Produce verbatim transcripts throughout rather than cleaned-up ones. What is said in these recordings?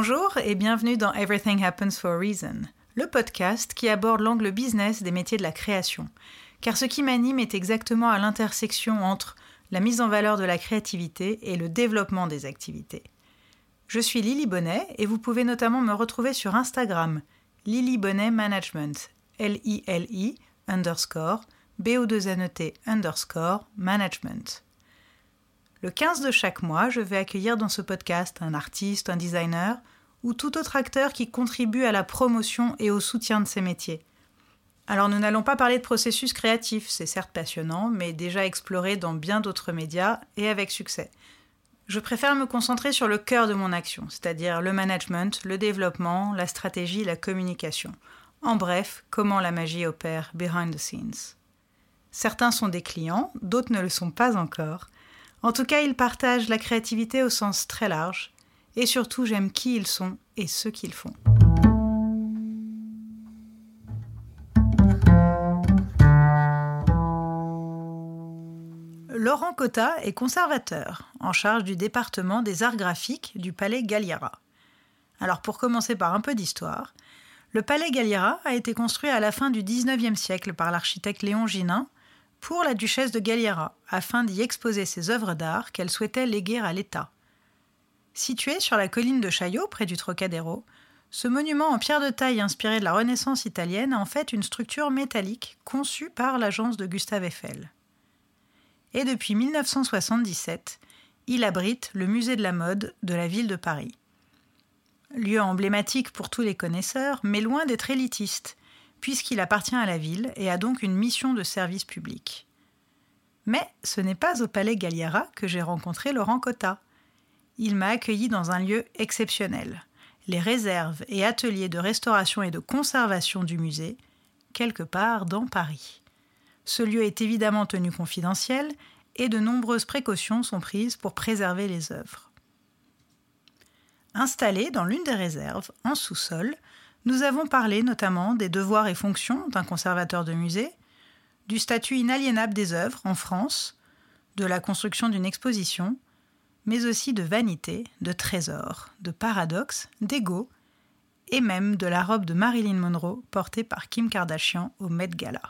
Bonjour et bienvenue dans Everything Happens for a Reason, le podcast qui aborde l'angle business des métiers de la création. Car ce qui m'anime est exactement à l'intersection entre la mise en valeur de la créativité et le développement des activités. Je suis Lily Bonnet et vous pouvez notamment me retrouver sur Instagram, Lily Bonnet Management, L I L I underscore B O deux N E T underscore management. Le quinze de chaque mois, je vais accueillir dans ce podcast un artiste, un designer ou tout autre acteur qui contribue à la promotion et au soutien de ces métiers. Alors nous n'allons pas parler de processus créatif, c'est certes passionnant, mais déjà exploré dans bien d'autres médias et avec succès. Je préfère me concentrer sur le cœur de mon action, c'est-à-dire le management, le développement, la stratégie, la communication. En bref, comment la magie opère behind the scenes. Certains sont des clients, d'autres ne le sont pas encore. En tout cas, ils partagent la créativité au sens très large. Et surtout, j'aime qui ils sont et ce qu'ils font. Laurent Cotta est conservateur, en charge du département des arts graphiques du Palais Galliera. Alors pour commencer par un peu d'histoire, le Palais Galliera a été construit à la fin du dix-neuvième siècle par l'architecte Léon Ginin pour la duchesse de Galliera, afin d'y exposer ses œuvres d'art qu'elle souhaitait léguer à l'État. Situé sur la colline de Chaillot, près du Trocadéro, ce monument en pierre de taille inspiré de la Renaissance italienne a en fait une structure métallique conçue par l'agence de Gustave Eiffel. Et depuis mille neuf cent soixante-dix-sept, il abrite le musée de la mode de la ville de Paris. Lieu emblématique pour tous les connaisseurs, mais loin d'être élitiste, puisqu'il appartient à la ville et a donc une mission de service public. Mais ce n'est pas au Palais Galliera que j'ai rencontré Laurent Cotta. Il m'a accueilli dans un lieu exceptionnel, les réserves et ateliers de restauration et de conservation du musée, quelque part dans Paris. Ce lieu est évidemment tenu confidentiel et de nombreuses précautions sont prises pour préserver les œuvres. Installé dans l'une des réserves, en sous-sol, nous avons parlé notamment des devoirs et fonctions d'un conservateur de musée, du statut inaliénable des œuvres en France, de la construction d'une exposition, mais aussi de vanité, de trésors, de paradoxes, d'ego, et même de la robe de Marilyn Monroe portée par Kim Kardashian au Met Gala.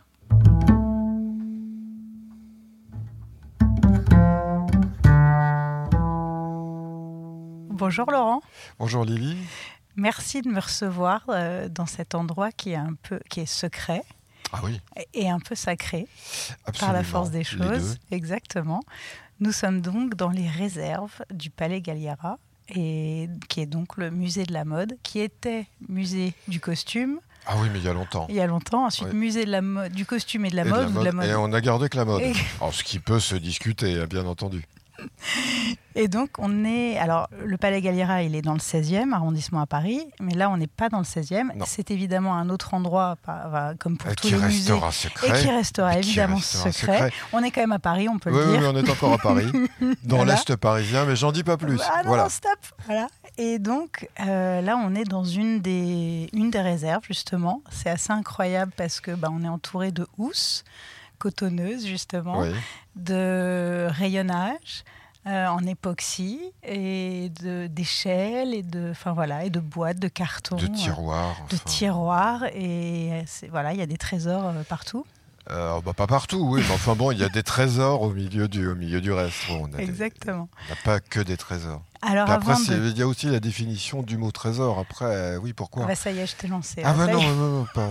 Bonjour Laurent. Bonjour Lily. Merci de me recevoir euh, dans cet endroit qui est un peu qui est secret. Ah oui. Et un peu sacré. Absolument. Par la force des choses. Exactement. Nous sommes donc dans les réserves du Palais Galliera, et qui est donc le musée de la mode, qui était musée du costume. Ah oui, mais il y a longtemps. Il y a longtemps. Ensuite, oui. musée de la mo- du costume et de la, et mode, de la mode. Ou de la mode. Et on a gardé que la mode. Et... Alors, ce qui peut se discuter, bien entendu. Et donc, on est... Alors, le Palais Galliera, il est dans le seizième arrondissement à Paris, mais là, on n'est pas dans le seizième. Non. C'est évidemment un autre endroit, comme pour et tous les musées. Secret. Et qui restera et évidemment qui restera secret. secret. On est quand même à Paris, on peut oui, le dire. Oui, on est encore à Paris, dans voilà. l'Est parisien, mais j'en dis pas plus. Ah non, voilà. non, stop. Voilà. Et donc, euh, là, on est dans une des, une des réserves, justement. C'est assez incroyable parce que bah, on est entouré de housses cotonneuses, justement, oui. de rayonnage, Euh, en époxy et de, d'échelles et de, enfin voilà, et de boîtes, de cartons, de tiroirs, euh, de enfin... tiroirs et c'est, voilà, il y a des trésors euh, partout. Euh, bah, pas partout, oui, mais enfin bon, il y a des trésors au milieu du, au milieu du reste. Bon, on a Exactement. Des, on n'a pas que des trésors. Alors après, il de... y a aussi la définition du mot trésor. Après, euh, oui, pourquoi ? Ah bah ça y est, je t'ai lancé. Ah bah non, non, non, pas.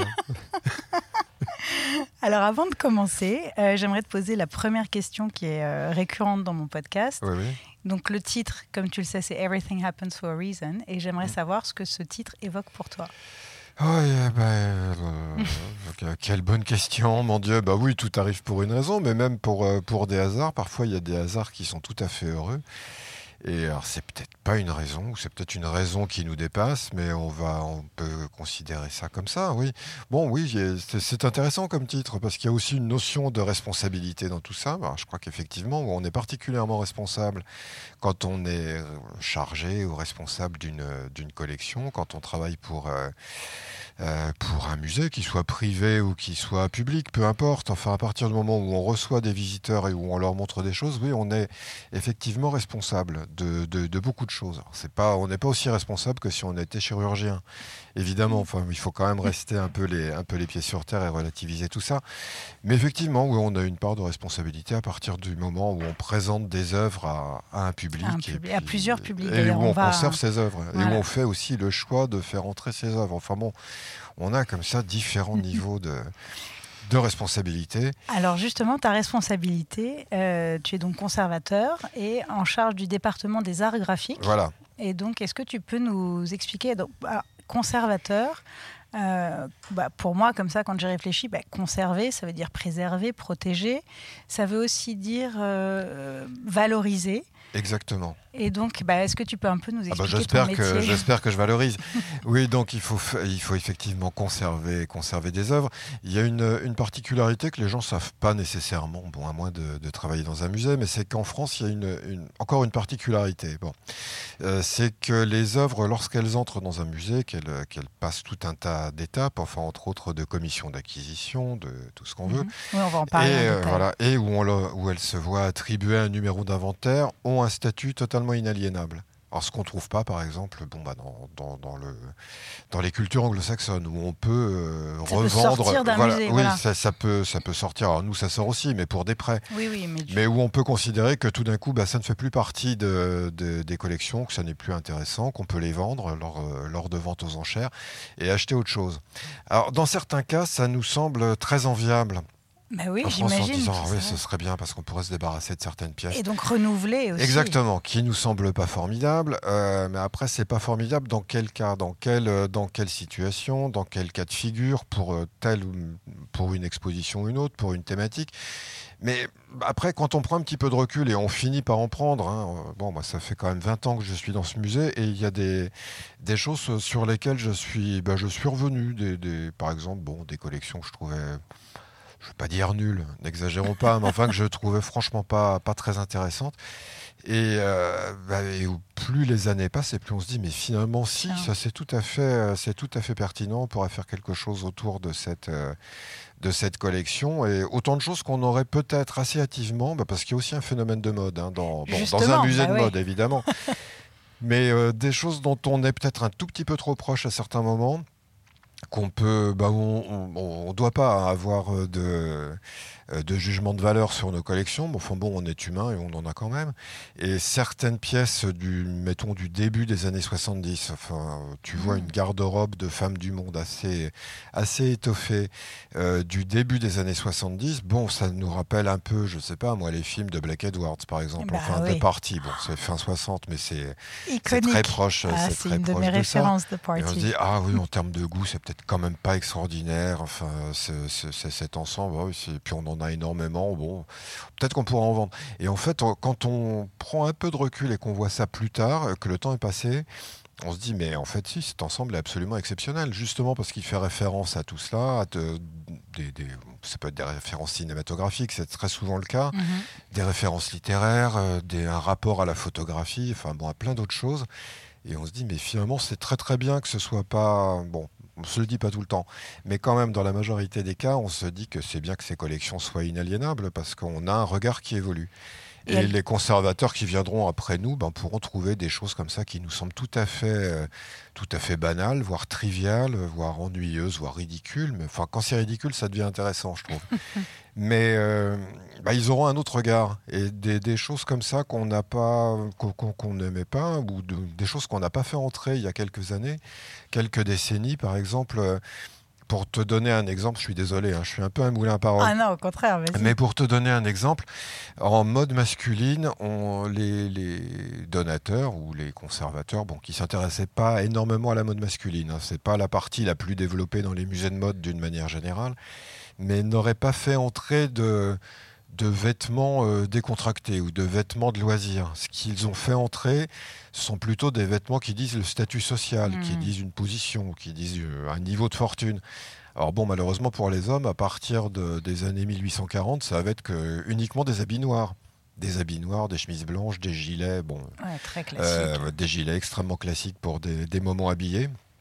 Alors, avant de commencer, euh, j'aimerais te poser la première question qui est euh, récurrente dans mon podcast. Oui, oui. Donc, le titre, comme tu le sais, c'est Everything Happens for a Reason. Et j'aimerais mmh. savoir ce que ce titre évoque pour toi. Oh, yeah, bah, euh, quelle bonne question, mon Dieu. Bah oui, tout arrive pour une raison, mais même pour, euh, pour des hasards. Parfois, il y a des hasards qui sont tout à fait heureux. Et alors, c'est peut-être pas une raison, ou c'est peut-être une raison qui nous dépasse, mais on va, on peut considérer ça comme ça, oui. Bon, oui, c'est, c'est intéressant comme titre, parce qu'il y a aussi une notion de responsabilité dans tout ça. Alors, je crois qu'effectivement, on est particulièrement responsable quand on est chargé ou responsable d'une, d'une collection, quand on travaille pour... Euh, euh, pour un musée, qu'il soit privé ou qu'il soit public, peu importe. Enfin, à partir du moment où on reçoit des visiteurs et où on leur montre des choses, oui, on est effectivement responsable de, de, de beaucoup de choses. Alors, c'est pas, on n'est pas aussi responsable que si on était chirurgien, évidemment. Enfin, il faut quand même rester un peu les, un peu les pieds sur terre et relativiser tout ça. Mais effectivement, oui, on a une part de responsabilité à partir du moment où on présente des œuvres à, à un public. Un et public, puis, à plusieurs publics. Et où on, on va... conserve ses œuvres. Voilà. Et où on fait aussi le choix de faire entrer ses œuvres. Enfin bon, on a comme ça différents niveaux de, de responsabilité. Alors justement, ta responsabilité, euh, tu es donc conservateur et en charge du département des arts graphiques. Voilà. Et donc, est-ce que tu peux nous expliquer, donc, alors, conservateur, euh, bah, pour moi, comme ça, quand j'ai réfléchi, bah, conserver, ça veut dire préserver, protéger. Ça veut aussi dire euh, valoriser. Exactement. Et donc, bah, est-ce que tu peux un peu nous expliquer ah bah j'espère ton que métier ? J'espère que je valorise. Oui, donc il faut, il faut effectivement conserver, conserver des œuvres. Il y a une, une particularité que les gens ne savent pas nécessairement, bon, à moins de, de travailler dans un musée, mais c'est qu'en France, il y a une, une, encore une particularité. Bon. Euh, c'est que les œuvres, lorsqu'elles entrent dans un musée, qu'elles, qu'elles passent tout un tas d'étapes, enfin entre autres de commissions d'acquisition, de tout ce qu'on mmh. veut. Oui, on va en parler. Et, en euh, voilà, et où, on le, où elles se voient attribuer un numéro d'inventaire, ont un statut totalement inaliénable. Alors, ce qu'on ne trouve pas, par exemple, bon, bah, dans, dans, dans, le, dans les cultures anglo-saxonnes, où on peut euh, ça revendre. Peut sortir d'un voilà, musée, oui, voilà. ça, ça, peut, ça peut sortir. Alors, nous, ça sort aussi, mais pour des prêts. Oui, oui, mais, du... mais où on peut considérer que tout d'un coup, bah, ça ne fait plus partie de, de, des collections, que ça n'est plus intéressant, qu'on peut les vendre lors, lors de ventes aux enchères et acheter autre chose. Alors, dans certains cas, ça nous semble très enviable. Bah oui, en France, j'imagine. En disant, ah oui, ce serait bien parce qu'on pourrait se débarrasser de certaines pièces. Et donc renouveler aussi. Exactement, qui nous semble pas formidable. Euh, mais après, c'est pas formidable dans quel cas, dans quelle, dans quelle situation, dans quel cas de figure, pour euh, telle, pour une exposition ou une autre, pour une thématique. Mais après, quand on prend un petit peu de recul et on finit par en prendre, hein, bon, bah, ça fait quand même vingt ans que je suis dans ce musée et il y a des, des choses sur lesquelles je suis, bah, je suis revenu. Des, des, par exemple, bon, des collections que je trouvais... je ne veux pas dire nul, n'exagérons pas, mais enfin que je trouvais franchement pas, pas très intéressante. Et, euh, bah, et plus les années passent, et plus on se dit, mais finalement, si, ah. ça c'est tout à fait, c'est tout à fait pertinent, on pourrait faire quelque chose autour de cette, euh, de cette collection. Et autant de choses qu'on aurait peut-être assez hâtivement, bah, parce qu'il y a aussi un phénomène de mode, hein, dans, bon, dans un musée bah de oui. mode, évidemment. Mais euh, des choses dont on est peut-être un tout petit peu trop proche à certains moments, qu'on peut, bah, on ne doit pas avoir de, de jugement de valeur sur nos collections, mais enfin bon, on est humain et on en a quand même. Et certaines pièces du, mettons, du début des années soixante-dix, enfin, tu mmh. vois une garde-robe de femmes du monde assez, assez étoffée euh, du début des années soixante-dix, bon, ça nous rappelle un peu, je sais pas, moi, les films de Black Edwards, par exemple, bah, enfin, oui. de Party, bon, c'est fin soixante, mais c'est, c'est très proche, ah, c'est, c'est très une proche de mes de références ça. de Party. Et on se dit, ah oui, en termes de goût, c'est peut-être quand même pas extraordinaire, enfin, c'est, c'est, c'est cet ensemble, oui, c'est, puis on en a énormément, bon, peut-être qu'on pourra en vendre. Et en fait, quand on prend un peu de recul et qu'on voit ça plus tard, que le temps est passé, on se dit, mais en fait, si, cet ensemble est absolument exceptionnel, justement parce qu'il fait référence à tout cela, à de, des, des, ça peut être des références cinématographiques, c'est très souvent le cas, mm-hmm. des références littéraires, des, un rapport à la photographie, enfin bon, à plein d'autres choses. Et on se dit, mais finalement, c'est très très bien que ce soit pas... Bon, on ne se le dit pas tout le temps, mais quand même, dans la majorité des cas, on se dit que c'est bien que ces collections soient inaliénables parce qu'on a un regard qui évolue. Et, Et elle... les conservateurs qui viendront après nous ben, pourront trouver des choses comme ça qui nous semblent tout à fait, euh, tout à fait banales, voire triviales, voire ennuyeuses, voire ridicules. Mais enfin, quand c'est ridicule, ça devient intéressant, je trouve. Mais euh, bah, ils auront un autre regard. Et des, des choses comme ça qu'on n'a pas, qu'on, qu'on n'aimait pas, ou de, des choses qu'on n'a pas fait entrer il y a quelques années, quelques décennies, par exemple. Euh, Pour te donner un exemple, je suis désolé, hein, je suis un peu un moulin à paroles. Ah non, au contraire, vas-y. Mais pour te donner un exemple, en mode masculine, on, les, les donateurs ou les conservateurs, bon, qui ne s'intéressaient pas énormément à la mode masculine, hein, ce n'est pas la partie la plus développée dans les musées de mode d'une manière générale, mais n'auraient pas fait entrer de, de vêtements euh, décontractés ou de vêtements de loisirs. Ce qu'ils ont fait entrer, ce sont plutôt des vêtements qui disent le statut social, mmh. qui disent une position, qui disent un niveau de fortune. Alors bon, malheureusement pour les hommes, à partir de, des années mille huit cent quarante, ça va être que, uniquement des habits noirs. Des habits noirs, des chemises blanches, des gilets, bon, ouais, très classique. Euh, des gilets extrêmement classiques pour des, des moments habillés.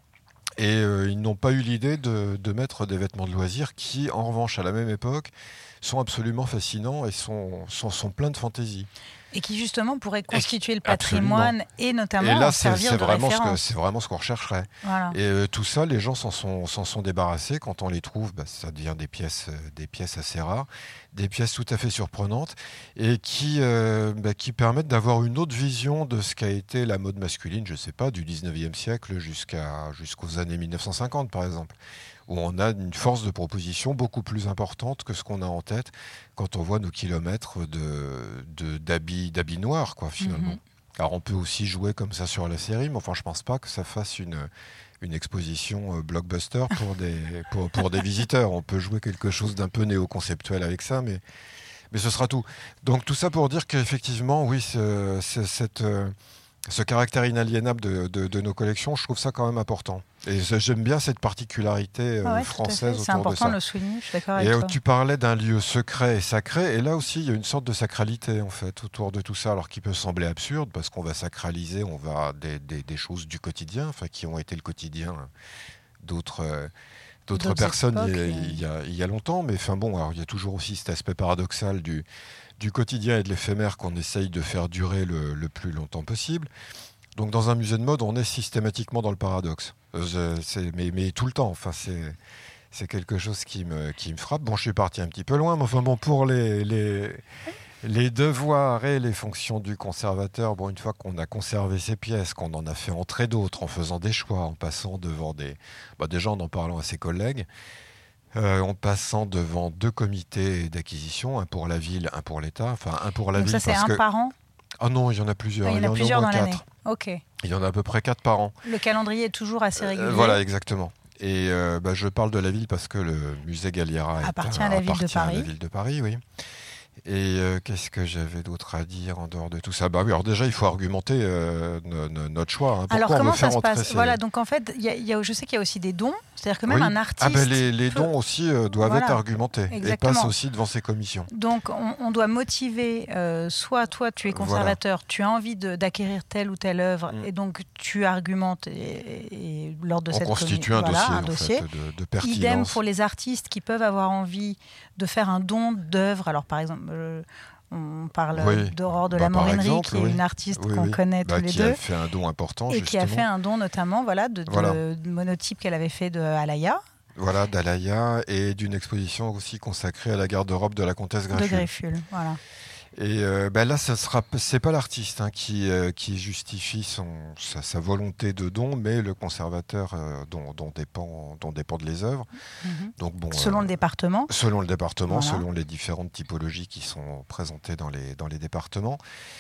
Et euh, ils n'ont pas eu l'idée de, de mettre des vêtements de loisirs qui, en revanche, à la même époque, sont absolument fascinants et sont, sont, sont pleins de fantaisie. Et qui justement pourraient constituer le Absolument. patrimoine et notamment et là, en c'est, servir c'est de vraiment référence. ce que, c'est vraiment ce qu'on rechercherait. Voilà. Et euh, tout ça, les gens s'en sont, s'en sont débarrassés. Quand on les trouve, bah, ça devient des pièces, euh, des pièces assez rares, des pièces tout à fait surprenantes et qui, euh, bah, qui permettent d'avoir une autre vision de ce qu'a été la mode masculine, je ne sais pas, du dix-neuvième siècle jusqu'à, jusqu'aux années mille neuf cent cinquante, par exemple, où on a une force de proposition beaucoup plus importante que ce qu'on a en tête quand on voit nos kilomètres de, de, d'habits, d'habits noirs, quoi, finalement. Mm-hmm. Alors, on peut aussi jouer comme ça sur la série, mais enfin, je ne pense pas que ça fasse une, une exposition euh, blockbuster pour des, pour, pour des visiteurs. On peut jouer quelque chose d'un peu néo-conceptuel avec ça, mais, mais ce sera tout. Donc, tout ça pour dire qu'effectivement, oui, c'est, c'est cette... Euh, ce caractère inaliénable de, de, de nos collections, je trouve ça quand même important. Et j'aime bien cette particularité euh, ah ouais, française autour de ça. C'est important de le souligner, je suis d'accord avec et toi. Tu parlais d'un lieu secret et sacré, et là aussi, il y a une sorte de sacralité en fait autour de tout ça, alors qui peut sembler absurde, parce qu'on va sacraliser, on va des, des, des choses du quotidien, enfin qui ont été le quotidien d'autres... Euh, D'autres, D'autres personnes époques, il, y a, il, y a, il y a longtemps, mais enfin bon, alors il y a toujours aussi cet aspect paradoxal du, du quotidien et de l'éphémère qu'on essaye de faire durer le, le plus longtemps possible. Donc dans un musée de mode, on est systématiquement dans le paradoxe, euh, c'est, mais, mais tout le temps. Enfin, c'est, c'est quelque chose qui me, qui me frappe. Bon, je suis parti un petit peu loin, mais enfin bon, pour les... les Les devoirs et les fonctions du conservateur, bon, une fois qu'on a conservé ces pièces, qu'on en a fait entrer d'autres, en faisant des choix, en passant devant des... Bah déjà en en parlant à ses collègues, euh, en passant devant deux comités d'acquisition, un pour la ville, un pour l'État, enfin un pour la Donc ville... ça, c'est parce un que... par an ? Ah non, il y en a plusieurs. Ah, il y en a, il y en plusieurs a dans quatre. l'année. Ok. Il y en a à peu près quatre par an. Le calendrier est toujours assez régulier. Euh, voilà, exactement. Et euh, bah, je parle de la ville parce que le musée Galliera appartient, est, à, la ville appartient de Paris. à la ville de Paris, oui. Et euh, qu'est-ce que j'avais d'autre à dire en dehors de tout ça ? Bah oui, alors déjà, il faut argumenter euh, no, no, notre choix. Hein. Pourquoi alors, on comment veut faire ça se passe ? ces... Voilà, donc en fait, y a, y a, je sais qu'il y a aussi des dons. C'est-à-dire que même oui. un artiste... Ah ben les, les peut... dons aussi euh, doivent voilà. être argumentés. Exactement. Et passent aussi devant ces commissions. Donc, on, on doit motiver, euh, soit toi, tu es conservateur, voilà. tu as envie de, d'acquérir telle ou telle œuvre, mm. et donc tu argumentes et, et lors de on cette commission... On constitue un voilà, dossier, un dossier. En fait, de, de pertinence. Idem pour les artistes qui peuvent avoir envie de faire un don d'œuvre. Alors, par exemple... Euh, on parle oui. d'Aurore de bah, la Morinerie, exemple, qui est oui. une artiste oui, qu'on oui. connaît bah, tous les qui deux. Qui a fait un don important, Et justement. qui a fait un don notamment voilà, de, de, voilà. de monotypes qu'elle avait fait de Alaya. Voilà, d'Alaya, et d'une exposition aussi consacrée à la garde-robe de la comtesse Greffule. De Greffule, voilà. Et euh, ben là, ce sera, c'est pas l'artiste hein, qui, euh, qui justifie son, sa, sa volonté de don, mais le conservateur euh, dont, dont, dépend, dont dépendent les œuvres. Mm-hmm. Donc, bon, selon euh, le département. Selon le département, voilà. selon les différentes typologies qui sont présentées dans les, dans les départements.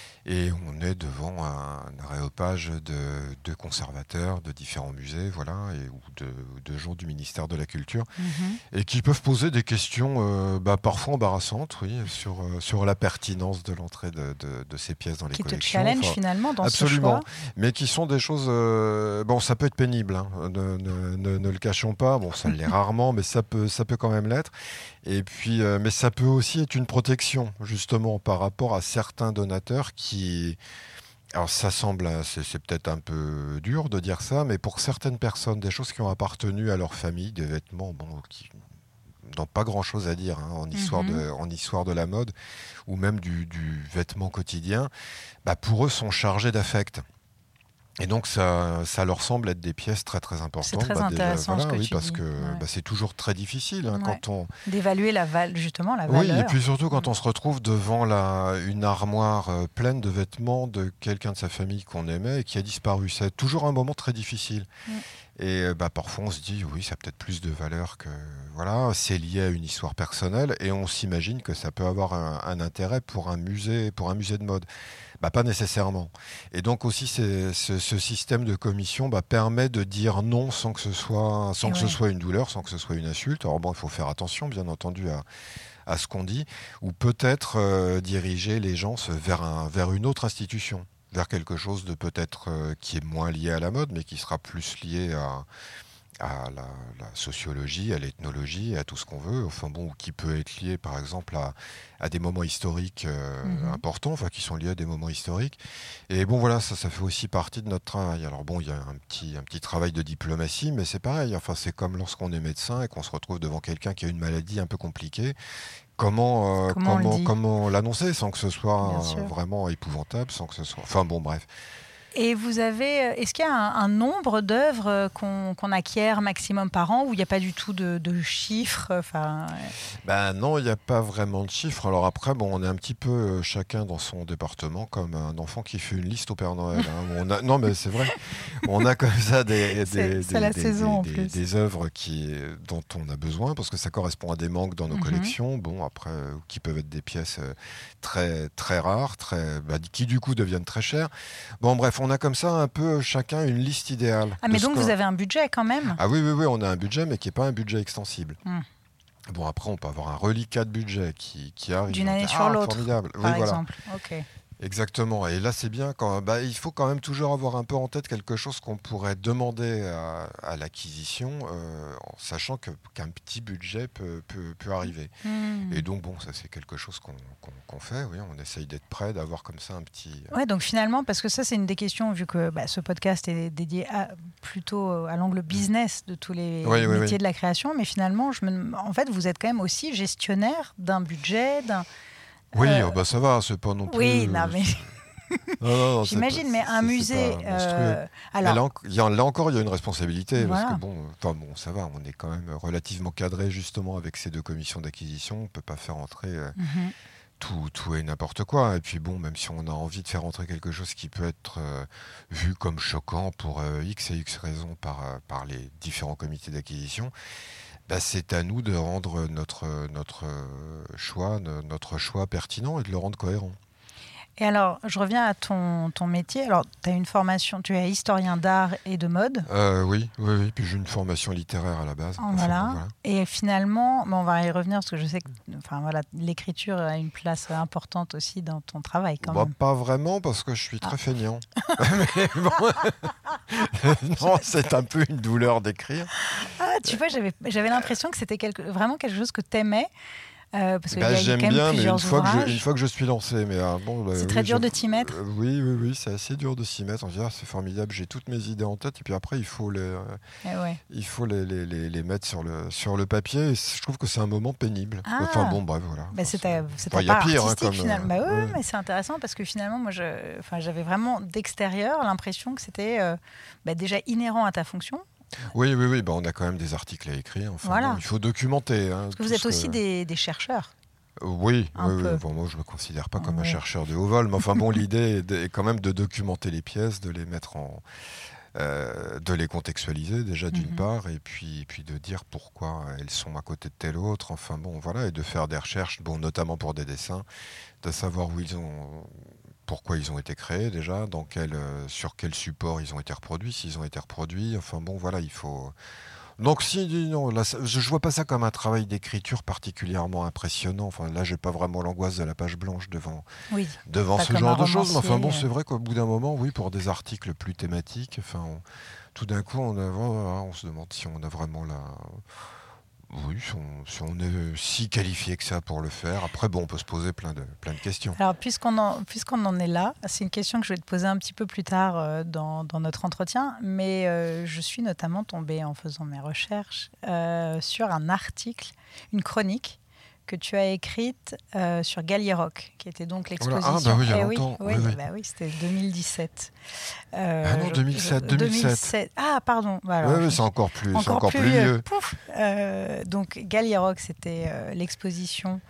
Et on est devant un aréopage de, de conservateurs de différents musées, voilà, et, ou de, de gens du ministère de la Culture, mm-hmm. et qui peuvent poser des questions euh, bah, parfois embarrassantes, oui, sur, euh, sur la pertinence de l'entrée de, de, de ces pièces dans les qui collections. Qui te challenge enfin, finalement dans absolument, ce choix. Mais qui sont des choses... Euh, bon, ça peut être pénible, hein, ne, ne, ne, ne le cachons pas, bon, ça l'est rarement, mais ça peut, ça peut quand même l'être. Et puis, euh, mais ça peut aussi être une protection, justement, par rapport à certains donateurs qui... Alors, ça semble, c'est, c'est peut-être un peu dur de dire ça, mais pour certaines personnes, des choses qui ont appartenu à leur famille, des vêtements, bon, qui n'ont pas grand-chose à dire hein, en, histoire mm-hmm. de, en histoire de la mode, ou même du, du vêtement quotidien, bah, pour eux, sont chargés d'affect. Et donc, ça, ça leur semble être des pièces très, très importantes. C'est très bah, intéressant déjà, voilà, ce que oui, tu parce dis. que ouais. bah, c'est toujours très difficile hein, ouais. quand on... d'évaluer la val... justement la valeur. Oui, et puis surtout quand on se retrouve devant la... une armoire euh, pleine de vêtements de quelqu'un de sa famille qu'on aimait et qui a disparu. C'est toujours un moment très difficile. Mm. Et bah, parfois, on se dit, oui, ça a peut-être plus de valeur que... Voilà, c'est lié à une histoire personnelle et on s'imagine que ça peut avoir un, un intérêt pour un musée, pour un musée de mode. Bah, pas nécessairement. Et donc aussi, c'est, ce, ce système de commission bah, permet de dire non sans que ce soit, sans que ouais. ce soit une douleur, sans que ce soit une insulte. Alors bon, il faut faire attention, bien entendu, à, à ce qu'on dit, ou peut-être euh, diriger les gens vers, un, vers une autre institution, vers quelque chose de peut-être euh, qui est moins lié à la mode, mais qui sera plus lié à, à la, la sociologie, à l'ethnologie, à tout ce qu'on veut, enfin bon, qui peut être lié par exemple à, à des moments historiques euh, mmh. importants, enfin qui sont liés à des moments historiques. Et bon voilà, ça, ça fait aussi partie de notre travail. Alors bon, il y a un petit, un petit travail de diplomatie, mais c'est pareil, enfin c'est comme lorsqu'on est médecin et qu'on se retrouve devant quelqu'un qui a une maladie un peu compliquée. Comment, euh, comment, comment, comment l'annoncer sans que ce soit euh, vraiment épouvantable, sans que ce soit... Enfin bon, bref. Et vous avez, est-ce qu'il y a un, un nombre d'œuvres qu'on, qu'on acquiert maximum par an, où il n'y a pas du tout de, de chiffres enfin... Ben non, il n'y a pas vraiment de chiffres. Alors après, bon, on est un petit peu euh, chacun dans son département, comme un enfant qui fait une liste au Père Noël. Hein. On a, non, mais c'est vrai. On a comme ça des, des, c'est, des, c'est la des, saison, des, en des, plus. des œuvres qui, dont on a besoin, parce que ça correspond à des manques dans nos mm-hmm. collections. Bon, après, euh, qui peuvent être des pièces euh, très, très rares, très, bah, qui du coup deviennent très chères. Bon, bref, on a comme ça un peu chacun une liste idéale. Ah, mais donc vous avez un budget quand même ? Ah oui, oui, oui, on a un budget, mais qui n'est pas un budget extensible. Mm. Bon, après, on peut avoir un reliquat de budget qui, qui arrive. D'une année ah, sur l'autre, formidable. par oui, exemple. Voilà. Ok. Exactement. Et là, c'est bien. Quand, bah, il faut quand même toujours avoir un peu en tête quelque chose qu'on pourrait demander à, à l'acquisition, euh, en sachant que, qu'un petit budget peut, peut, peut arriver. Mmh. Et donc, bon, ça, c'est quelque chose qu'on, qu'on, qu'on fait. Oui, on essaye d'être prêt, d'avoir comme ça un petit... Ouais, donc finalement, parce que ça, c'est une des questions, vu que bah, ce podcast est dédié à, plutôt à l'angle business de tous les oui, métiers oui, oui. de la création, mais finalement, je me... en fait, vous êtes quand même aussi gestionnaire d'un budget, d'un... Oui, euh... oh bah ça va, c'est pas non plus... Oui, non, mais... non, non, non, j'imagine, pas, mais un musée... Euh, alors... là, il y a, là encore, il y a une responsabilité, voilà. parce que bon, enfin, bon, ça va, on est quand même relativement cadré, justement, avec ces deux commissions d'acquisition. On ne peut pas faire entrer euh, mm-hmm. tout, tout et n'importe quoi. Et puis bon, même si on a envie de faire entrer quelque chose qui peut être euh, vu comme choquant pour euh, X et X raisons par, euh, par les différents comités d'acquisition, bah, c'est à nous de rendre notre, notre, choix, notre choix pertinent et de le rendre cohérent. Et alors, je reviens à ton, ton métier. Alors, tu as une formation, tu es historien d'art et de mode. Euh, oui, oui, oui. Puis j'ai une formation littéraire à la base. Enfin, voilà. voilà. Et finalement, bon, on va y revenir parce que je sais que enfin, voilà, l'écriture a une place importante aussi dans ton travail. Quand bah, même. Pas vraiment parce que je suis très ah. feignant. Mais bon, non, c'est un peu une douleur d'écrire. Ah, tu vois, j'avais, j'avais l'impression que c'était quelque, vraiment quelque chose que tu aimais. Euh, parce que bah, y a j'aime quand même bien, mais une fois, que je, une fois que je suis lancé, mais ah, bon, bah, c'est oui, très dur je, de t'y mettre. Euh, oui, oui, oui, c'est assez dur de s'y mettre. On dit, ah, c'est formidable, j'ai toutes mes idées en tête, et puis après, il faut les, euh, ouais. il faut les, les, les, les mettre sur le, sur le papier. Et je trouve que c'est un moment pénible. Ah. Enfin bon, bref, voilà. Bah, c'est ta, c'est ta enfin, part pire, artistique hein, comme, finalement. Euh, bah, oui, oui. mais c'est intéressant parce que finalement, moi, je, enfin, j'avais vraiment d'extérieur l'impression que c'était euh, bah, déjà inhérent à ta fonction. Oui, oui, oui. Bah, on a quand même des articles à écrire. Enfin, voilà. bon, il faut documenter. Hein, parce que vous êtes aussi que... des, des chercheurs. Oui, oui, oui. Bon, moi je ne me considère pas comme oui. un chercheur de haut vol, mais enfin bon, l'idée est, de, est quand même de documenter les pièces, de les mettre en, euh, de les contextualiser déjà d'une mm-hmm. part, et puis, puis de dire pourquoi elles sont à côté de telle autre, enfin bon, voilà, et de faire des recherches, bon, notamment pour des dessins, de savoir où ils ont, pourquoi ils ont été créés déjà, dans quel, euh, sur quel support ils ont été reproduits, s'ils ont été reproduits, enfin bon, voilà, il faut. Donc si non, là, je ne vois pas ça comme un travail d'écriture particulièrement impressionnant. Enfin, là, j'ai pas vraiment l'angoisse de la page blanche devant, oui, devant ce genre de choses. Mais enfin bon, c'est vrai qu'au bout d'un moment, oui, pour des articles plus thématiques, enfin, on, tout d'un coup, on, a, on se demande si on a vraiment la... Oui, si on, si on est si qualifié que ça pour le faire. Après, bon, on peut se poser plein de, plein de questions. Alors, puisqu'on en, puisqu'on en est là, c'est une question que je vais te poser un petit peu plus tard euh, dans, dans notre entretien, mais euh, je suis notamment tombée en faisant mes recherches euh, sur un article, une chronique que tu as écrite euh, sur Gallier-Roch, qui était donc l'exposition. Ah, bah oui, il y a eh longtemps. Oui, oui, oui, oui. Bah oui, c'était deux mille dix-sept. Euh, ah non, deux mille sept. Je, deux mille sept. Ah, pardon. Bah alors, oui, oui, c'est encore plus, encore c'est encore plus, plus vieux. Pouf euh, donc, Gallier-Roch, c'était euh, l'exposition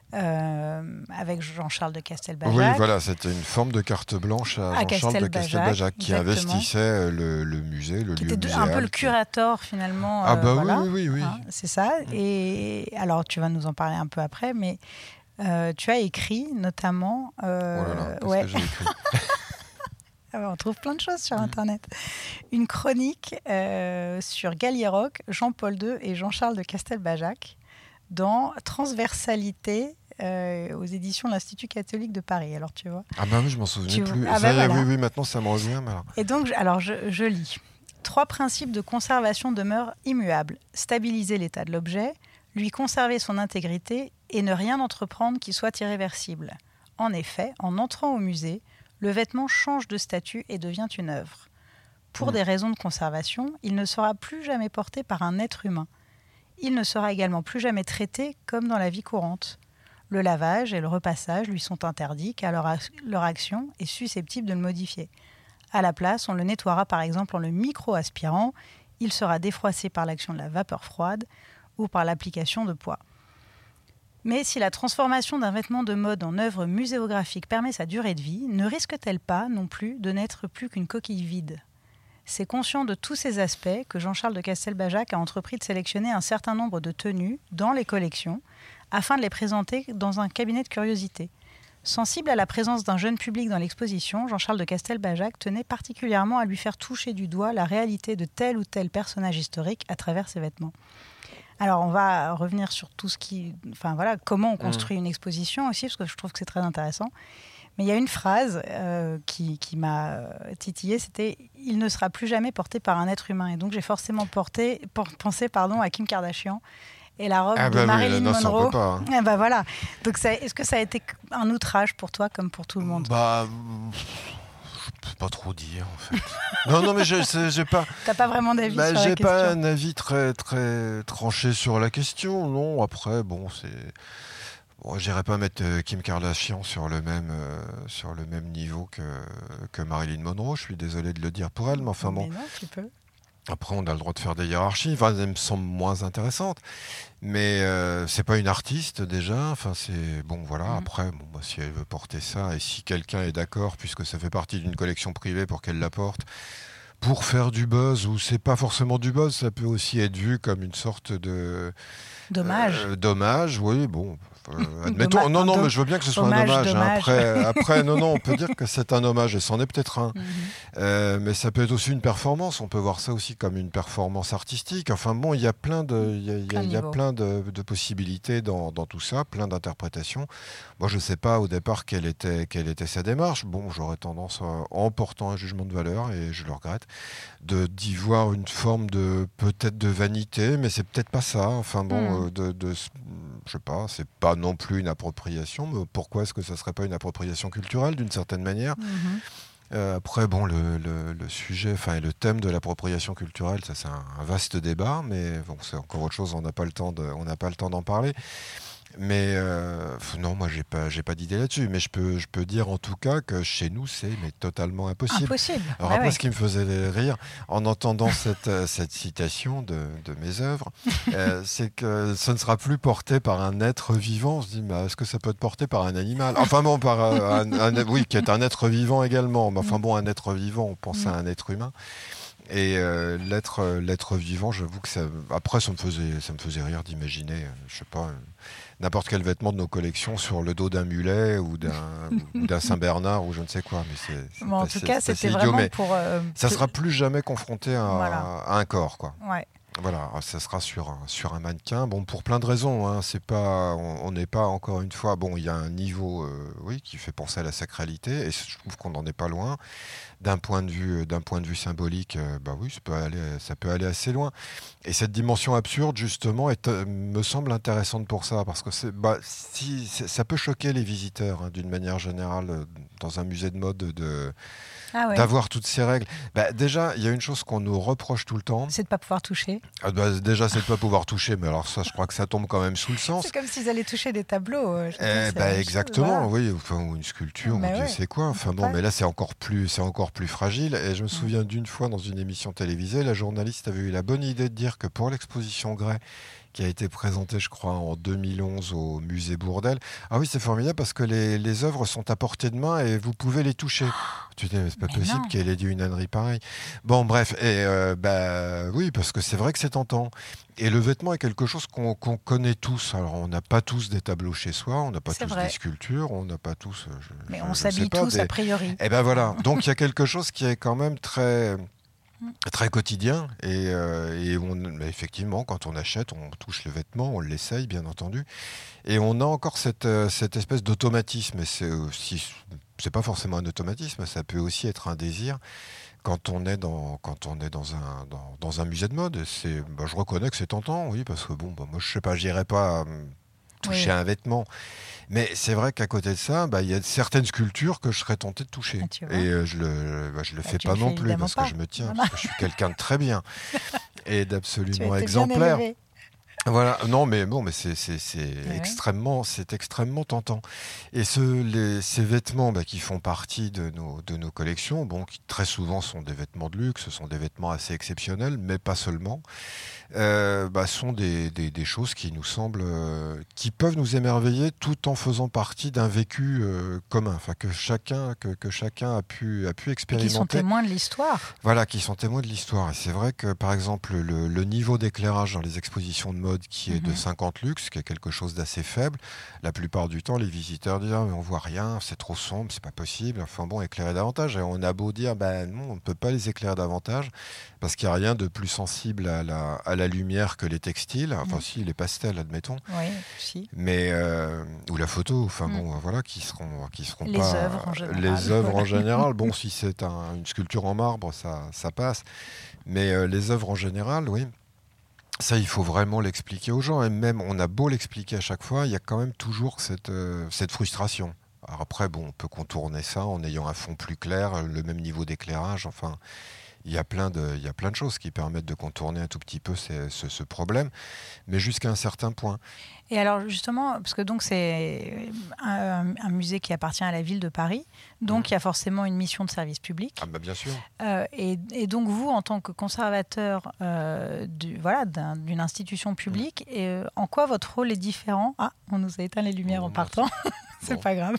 euh, avec Jean-Charles de Castelbajac. Oui, voilà, c'était une forme de carte blanche à, à Jean-Charles de Castelbajac qui exactement. investissait le, le musée, le qui lieu était muséal. Un peu le curator, finalement. Ah bah euh, voilà, oui, oui, oui. oui. Hein, c'est ça. Et alors, tu vas nous en parler un peu après, mais euh, tu as écrit, notamment... Euh, oh là là, qu'est-ce ouais. que j'ai écrit On trouve plein de choses sur Internet. Une chronique euh, sur Gallier-Roch, Jean-Paul deux et Jean-Charles de Castelbajac dans Transversalité euh, aux éditions de l'Institut catholique de Paris. Alors, tu vois. Ah bah oui, je m'en souvenais tu... plus. Ah ça bah y est, voilà. oui, oui, maintenant ça me revient. Alors, et donc, alors je, je lis. Trois principes de conservation demeurent immuables. Stabiliser l'état de l'objet, lui conserver son intégrité et ne rien entreprendre qui soit irréversible. En effet, en entrant au musée, le vêtement change de statut et devient une œuvre. Pour mmh. des raisons de conservation, il ne sera plus jamais porté par un être humain. Il ne sera également plus jamais traité comme dans la vie courante. Le lavage et le repassage lui sont interdits car leur, a- leur action est susceptible de le modifier. À la place, on le nettoiera par exemple en le micro-aspirant, il sera défroissé par l'action de la vapeur froide ou par l'application de poids. Mais si la transformation d'un vêtement de mode en œuvre muséographique permet sa durée de vie, ne risque-t-elle pas non plus de n'être plus qu'une coquille vide ? C'est conscient de tous ces aspects que Jean-Charles de Castelbajac a entrepris de sélectionner un certain nombre de tenues dans les collections afin de les présenter dans un cabinet de curiosité. Sensible à la présence d'un jeune public dans l'exposition, Jean-Charles de Castelbajac tenait particulièrement à lui faire toucher du doigt la réalité de tel ou tel personnage historique à travers ses vêtements. Alors, on va revenir sur tout ce qui... Enfin, voilà, comment on construit mmh. une exposition aussi, parce que je trouve que c'est très intéressant. Mais il y a une phrase euh, qui, qui m'a titillée, c'était « Il ne sera plus jamais porté par un être humain ». Et donc, j'ai forcément porté, pour, pensé pardon, à Kim Kardashian et la robe ah de bah Marilyn oui, non, Monroe. Ça, on peut pas, hein. Ah bah voilà. Donc, ça, est-ce que ça a été un outrage pour toi, comme pour tout le monde ? Bah... Je peux pas trop dire en fait. non, non, mais je, c'est, j'ai pas. T'as pas vraiment d'avis bah, sur la j'ai question. J'ai pas un avis très, très tranché sur la question. Non, après, bon, c'est. Bon, j'irais pas mettre Kim Kardashian sur le même, euh, sur le même niveau que, que Marilyn Monroe. Je suis désolé de le dire pour elle, mais enfin bon. Mais non, tu peux. Après, on a le droit de faire des hiérarchies. Enfin, elles me semblent moins intéressantes. Mais euh, c'est pas une artiste déjà. Enfin, c'est bon, voilà. Mmh. Après, bon, bah, si elle veut porter ça et si quelqu'un est d'accord, puisque ça fait partie d'une collection privée, pour qu'elle la porte, pour faire du buzz, ou c'est pas forcément du buzz, ça peut aussi être vu comme une sorte de dommage. Euh, dommage, oui, bon. Euh, admettons, dommage, non, non, mais je veux bien que ce soit hommage, un hommage. Hein. Après, après, non, non, on peut dire que c'est un hommage, et c'en est peut-être un. Mm-hmm. Euh, mais ça peut être aussi une performance. On peut voir ça aussi comme une performance artistique. Enfin bon, il y a plein de, il y a, il y a, il y a plein de, de possibilités dans, dans tout ça, plein d'interprétations. Moi, je ne sais pas au départ quelle était, quelle était sa démarche. Bon, j'aurais tendance, à, en portant un jugement de valeur, et je le regrette, de d'y voir une forme de peut-être de vanité, mais c'est peut-être pas ça. Enfin bon, mm. euh, de, de, je sais pas, c'est pas non plus une appropriation, mais pourquoi est-ce que ça serait pas une appropriation culturelle d'une certaine manière ? Mm-hmm. euh, Après, bon, le, le, le sujet, enfin, le thème de l'appropriation culturelle, ça c'est un, un vaste débat, mais bon, c'est encore autre chose. On n'a pas le temps de, on n'a pas le temps d'en parler. Mais euh, non, moi j'ai pas, j'ai pas d'idée là-dessus. Mais je peux, je peux dire en tout cas que chez nous c'est mais totalement impossible. Impossible. Alors bah après, ouais. ce qui me faisait rire en entendant cette, euh, cette citation de, de mes œuvres, euh, c'est que ce ne sera plus porté par un être vivant. On se dit, mais est-ce que ça peut être porté par un animal ? Enfin bon, par euh, un, un, oui, qui est un être vivant également. Mais enfin bon, un être vivant, on pense à un être humain. Et euh, l'être, l'être vivant, j'avoue que ça. Après, ça me faisait, ça me faisait rire d'imaginer, euh, je sais pas. Euh, n'importe quel vêtement de nos collections sur le dos d'un mulet ou d'un, ou d'un Saint-Bernard ou je ne sais quoi. Mais c'est, c'est bon, en assez, tout cas, c'est c'était idiot, vraiment pour... Euh, ça ne que... sera plus jamais confronté à, voilà. à un corps, quoi. Ouais. Voilà, ça sera sur un, sur un mannequin. Bon, pour plein de raisons. Hein, c'est pas, on n'est pas, encore une fois... Bon, il y a un niveau euh, oui, qui fait penser à la sacralité et je trouve qu'on n'en est pas loin. D'un point de vue, d'un point de vue symbolique, euh, bah oui, ça peut aller, ça peut aller assez loin. Et cette dimension absurde, justement, est, euh, me semble intéressante pour ça, parce que c'est, bah, si, c'est, ça peut choquer les visiteurs, hein, d'une manière générale, euh, dans un musée de mode, de, ah ouais. d'avoir toutes ces règles. Bah, déjà, il y a une chose qu'on nous reproche tout le temps. C'est de ne pas pouvoir toucher. Ah, bah, déjà, c'est de ne pas pouvoir toucher, mais alors ça, je crois que ça tombe quand même sous le sens. C'est comme s'ils allaient toucher des tableaux. Euh, eh bah, exactement, chose, voilà. Oui, enfin, ou une sculpture, mais ou ouais. Dieu sait quoi. Enfin bon, mais là, c'est encore plus, c'est encore plus fragile. Et je me souviens d'une fois dans une émission télévisée, la journaliste avait eu la bonne idée de dire que pour l'exposition Gray, qui a été présentée, je crois, en deux mille onze au musée Bourdelle, ah oui, c'est formidable parce que les, les œuvres sont à portée de main et vous pouvez les toucher. Tu dis, mais c'est pas mais possible non. qu'elle ait dit une ânerie pareille. Bon, bref, et euh, bah oui, parce que c'est vrai que c'est tentant. Et le vêtement est quelque chose qu'on, qu'on connaît tous. Alors, on n'a pas tous des tableaux chez soi, on n'a pas c'est tous vrai. des sculptures, on n'a pas tous... Je, mais je, on je s'habille pas, tous, des... a priori. Et ben voilà. Donc, il y a quelque chose qui est quand même très... très quotidien. Et, euh, et on, bah, effectivement, quand on achète, on touche le vêtement, on l'essaye, bien entendu. Et on a encore cette, euh, cette espèce d'automatisme. Et c'est aussi, c'est pas forcément un automatisme, ça peut aussi être un désir. Quand on est dans, quand on est dans un, dans, dans un musée de mode, c'est, bah, je reconnais que c'est tentant, oui, parce que bon, bah, moi, je sais pas, j'irai pas euh, toucher Oui. un vêtement. Mais c'est vrai qu'à côté de ça, bah, il y a certaines sculptures que je serais tenté de toucher. Ah, tu vois. Et euh, je le, bah, je le Bah, fais tu pas le non fais plus, évidemment parce pas. que je me tiens, Voilà. parce que je suis quelqu'un de très bien et Tu as d'absolument été bien exemplaire. élevé. Voilà, non, mais bon, mais c'est, c'est, c'est Ouais. extrêmement, c'est extrêmement tentant. Et ce, les, ces vêtements bah, qui font partie de nos, de nos collections, bon, qui très souvent sont des vêtements de luxe, ce sont des vêtements assez exceptionnels, mais pas seulement, euh, bah, sont des, des, des choses qui nous semblent, euh, qui peuvent nous émerveiller tout en faisant partie d'un vécu euh, commun, enfin que chacun, que, que chacun a pu, a pu Et expérimenter. qui sont témoins de l'histoire. Voilà, qui sont témoins de l'histoire. Et c'est vrai que, par exemple, le, le niveau d'éclairage dans les expositions de mode qui est de Mhm. cinquante lux, qui est quelque chose d'assez faible, la plupart du temps, les visiteurs disent ah, mais on voit rien, c'est trop sombre, c'est pas possible. Enfin bon, éclairer davantage. Et on a beau dire ben non, on ne peut pas les éclairer davantage parce qu'il n'y a rien de plus sensible à la, à la lumière que les textiles. Enfin, Mhm. si, les pastels, admettons. Oui, si. Mais euh, ou la photo, enfin Mm. bon, voilà, qui seront, qui seront Les pas œuvres en général. les œuvres Voilà. en général. Bon, si c'est un- une sculpture en marbre, ça, ça passe. Mais euh, les œuvres en général, oui. Ça, il faut vraiment l'expliquer aux gens. Et même, on a beau l'expliquer à chaque fois, il y a quand même toujours cette, euh, cette frustration. Alors après, bon, on peut contourner ça en ayant un fond plus clair, le même niveau d'éclairage. Enfin, il y a plein de, il y a plein de choses qui permettent de contourner un tout petit peu ces- ce, ce problème, mais jusqu'à un certain point. Et alors justement, parce que donc c'est un, un musée qui appartient à la ville de Paris, donc Mmh. il y a forcément une mission de service public. Ah bah bien sûr. Euh, et, et donc vous, en tant que conservateur euh, du, voilà, d'un- d'une institution publique, et, euh, en quoi votre rôle est différent? Ah, on nous a éteint les lumières Oh, en mince. partant. C'est Bon. pas grave.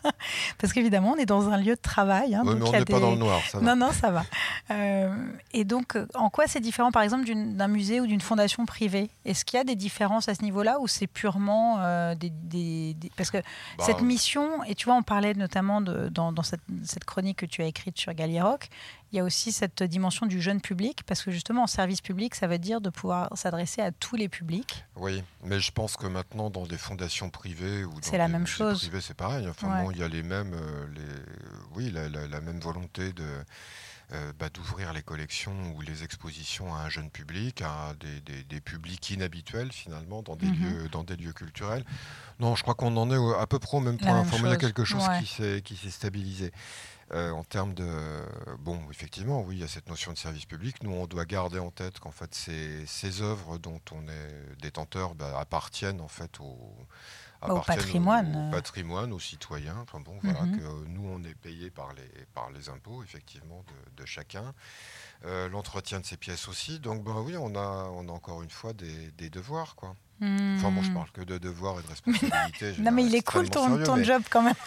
Parce qu'évidemment, on est dans un lieu de travail. Hein, Oui, donc mais on il y a n'est pas des- dans le noir, ça va. Non, non, ça va. Euh, et donc, euh, en quoi c'est différent, par exemple, d'une- d'un musée ou d'une fondation privée? Est-ce qu'il y a des différences à ce niveau-là ou c'est purement euh, des, des- des- Parce que Bah, cette mission, et tu vois, on parlait notamment de, dans, dans cette, cette chronique que tu as écrite sur Gallier-Roch, il y a aussi cette dimension du jeune public, parce que justement, en service public, ça veut dire de pouvoir s'adresser à tous les publics. Oui, mais je pense que maintenant, dans des fondations privées ou dans C'est la des même musées chose. privés, c'est pareil. Enfin, Ouais. bon, il y a les mêmes, euh, les, oui, la, la- la même volonté de euh, bah, d'ouvrir les collections ou les expositions à un jeune public, à des, des- des publics inhabituels finalement dans des Mhm. lieux, dans des lieux culturels. Non, je crois qu'on en est au- à peu près au même La point. même Enfin, moi, il y a chose. quelque chose Ouais. qui s'est qui s'est stabilisé. Euh, en termes de... Bon, effectivement, oui, il y a cette notion de service public. Nous, on doit garder en tête qu'en fait, ces, ces œuvres dont on est détenteur bah, appartiennent en fait au, Au patrimoine. Au, au patrimoine, aux citoyens. Enfin bon, voilà, Mhm. que nous, on est payé par les, par les impôts, effectivement, de, de chacun. Euh, l'entretien de ces pièces aussi. Donc, ben oui, on a, on a encore une fois des, des devoirs, quoi. Enfin, moi, je parle que de devoirs et de responsabilités. Non, mais il est cool ton, ton job quand même.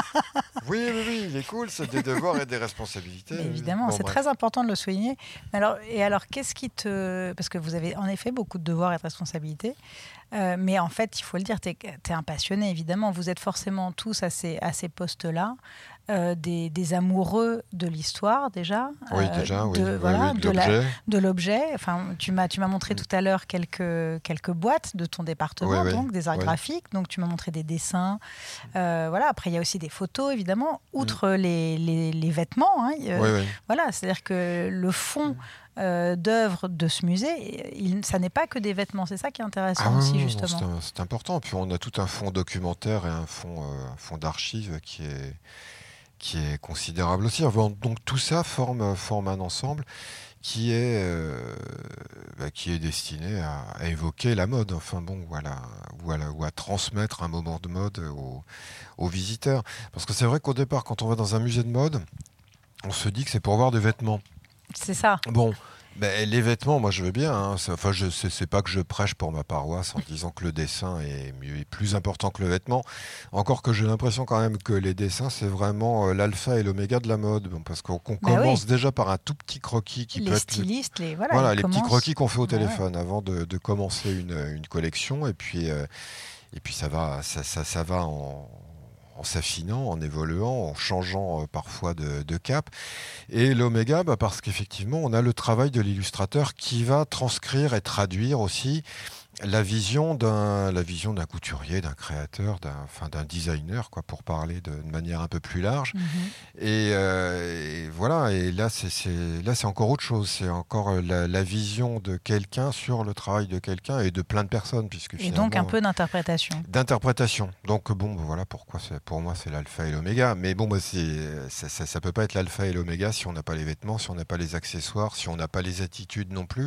Oui, oui, oui, il est cool, c'est des devoirs et des responsabilités. Mais évidemment, Bon, c'est bref. très important de le souligner. Mais alors, et alors, qu'est-ce qui te... Parce que vous avez en effet beaucoup de devoirs et de responsabilités. Euh, mais en fait, il faut le dire, tu es un passionné, évidemment. Vous êtes forcément tous à ces, à ces postes-là. Euh, des, des amoureux de l'histoire, déjà. Oui, Euh, déjà, oui. de, Oui, voilà, oui, de de la- l'objet. de l'objet. Enfin, tu m'as tu m'as montré Mm. tout à l'heure quelques, quelques boîtes de ton département, Oui, oui. donc des arts Oui. graphiques. Donc, tu m'as montré des dessins. Euh, voilà. Après, il y a aussi des photos, évidemment, outre les, les, les vêtements. Hein, euh, Oui, oui. Voilà, c'est-à-dire que le fond euh, d'œuvre de ce musée, il, ça n'est pas que des vêtements. C'est ça qui est intéressant Ah oui, aussi, oui, non, justement. c'est un- c'est important. Puis on a tout un fonds documentaire et un fonds, euh, un fonds d'archives qui est, qui est considérable aussi. Enfin, donc tout ça forme, forme un ensemble qui est, euh, bah, qui est destiné à, à évoquer la mode. Enfin bon, voilà, ou à, la- ou à transmettre un moment de mode aux, aux visiteurs. Parce que c'est vrai qu'au départ, quand on va dans un musée de mode, on se dit que c'est pour voir des vêtements. C'est ça. Bon, ben, les vêtements, moi je veux bien. Hein. C'est- Enfin, je sais, c'est pas que je prêche pour ma paroisse en disant que le dessin est mieux, est plus important que le vêtement. Encore que j'ai l'impression quand même que les dessins, c'est vraiment euh, l'alpha et l'oméga de la mode. Bon, parce qu'on qu'on Bah commence oui. déjà par un tout petit croquis qui Les peut être stylistes, les voilà, voilà, ils les petits commencent. croquis qu'on fait au Bah ouais. téléphone avant de, de commencer une, une collection. Et puis, euh, et puis ça va, ça, ça, ça va en, en s'affinant, en évoluant, en changeant euh, parfois de, de cap. Et l'oméga, bah, parce qu'effectivement, on a le travail de l'illustrateur qui va transcrire et traduire aussi la vision d'un, la vision d'un couturier, d'un créateur, d'un, enfin, d'un designer, quoi, pour parler de, de manière un peu plus large. Mm-hmm. Et, euh, et voilà. Et là, c'est, c'est, là, c'est encore autre chose. C'est encore la, la vision de quelqu'un sur le travail de quelqu'un et de plein de personnes, puisque et donc un peu d'interprétation. D'interprétation. Donc bon, voilà pourquoi c'est, pour moi c'est l'alpha et l'oméga. Mais bon, bah, c'est, ça, ça, ça peut pas être l'alpha et l'oméga si on n'a pas les vêtements, si on n'a pas les accessoires, si on n'a pas les attitudes non plus.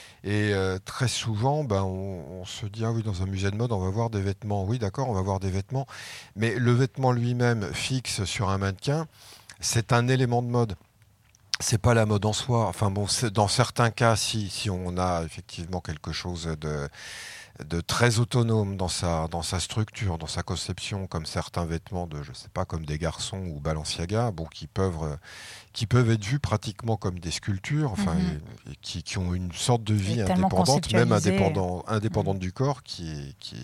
Et euh, très souvent, ben, on, on se dit, ah oui, dans un musée de mode, on va voir des vêtements. Oui, d'accord, on va voir des vêtements. Mais le vêtement lui-même, fixe sur un mannequin, c'est un élément de mode. C'est pas la mode en soi. Enfin bon, c'est, dans certains cas, si, si on a effectivement quelque chose de, de très autonome dans sa, dans sa structure, dans sa conception, comme certains vêtements de, je sais pas, comme des garçons ou Balenciaga, bon, qui peuvent... qui peuvent être vus pratiquement comme des sculptures, enfin, mm-hmm. et, et qui, qui ont une sorte de vie indépendante, même indépendant, indépendante mm-hmm. du corps, qui, qui,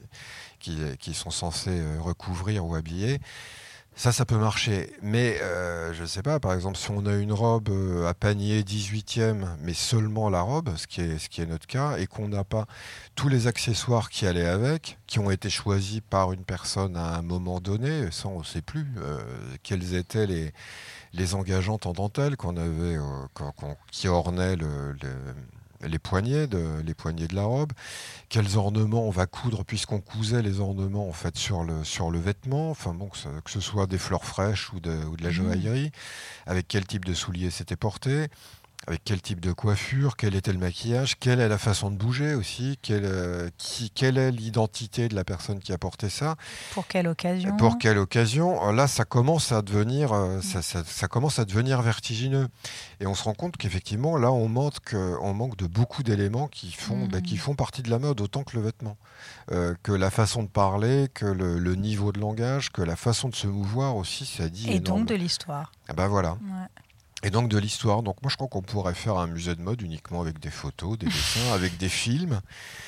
qui, qui sont censés recouvrir ou habiller. Ça, ça peut marcher. Mais, euh, je ne sais pas, par exemple, si on a une robe à panier dix-huitième, mais seulement la robe, ce qui est, ce qui est notre cas, et qu'on n'a pas tous les accessoires qui allaient avec, qui ont été choisis par une personne à un moment donné, ça, on ne sait plus euh, quelles étaient les... les engageantes en dentelle qu'on avait, euh, qu'on, qu'on, qui ornaient le, le, les, poignets de, les poignets de la robe, quels ornements on va coudre, puisqu'on cousait les ornements en fait, sur, le, sur le vêtement, enfin, bon, que, ce, que ce soit des fleurs fraîches ou de, ou de la joaillerie, mmh. avec quel type de souliers c'était porté, avec quel type de coiffure, quel était le maquillage, quelle est la façon de bouger aussi, quelle, euh, qui, quelle est l'identité de la personne qui a porté ça. Pour quelle occasion ? Pour quelle occasion ? Là, ça commence à devenir, euh, mmh. ça, ça, ça commence à devenir vertigineux. Et on se rend compte qu'effectivement, là, on manque, on manque de beaucoup d'éléments qui font, mmh. bah, qui font partie de la mode, autant que le vêtement. Euh, que la façon de parler, que le, le niveau de langage, que la façon de se mouvoir aussi, ça dit Et énorme. donc de l'histoire. Ah ben voilà. Ouais. Et donc de l'histoire. Donc moi je crois qu'on pourrait faire un musée de mode uniquement avec des photos, des dessins, avec des films,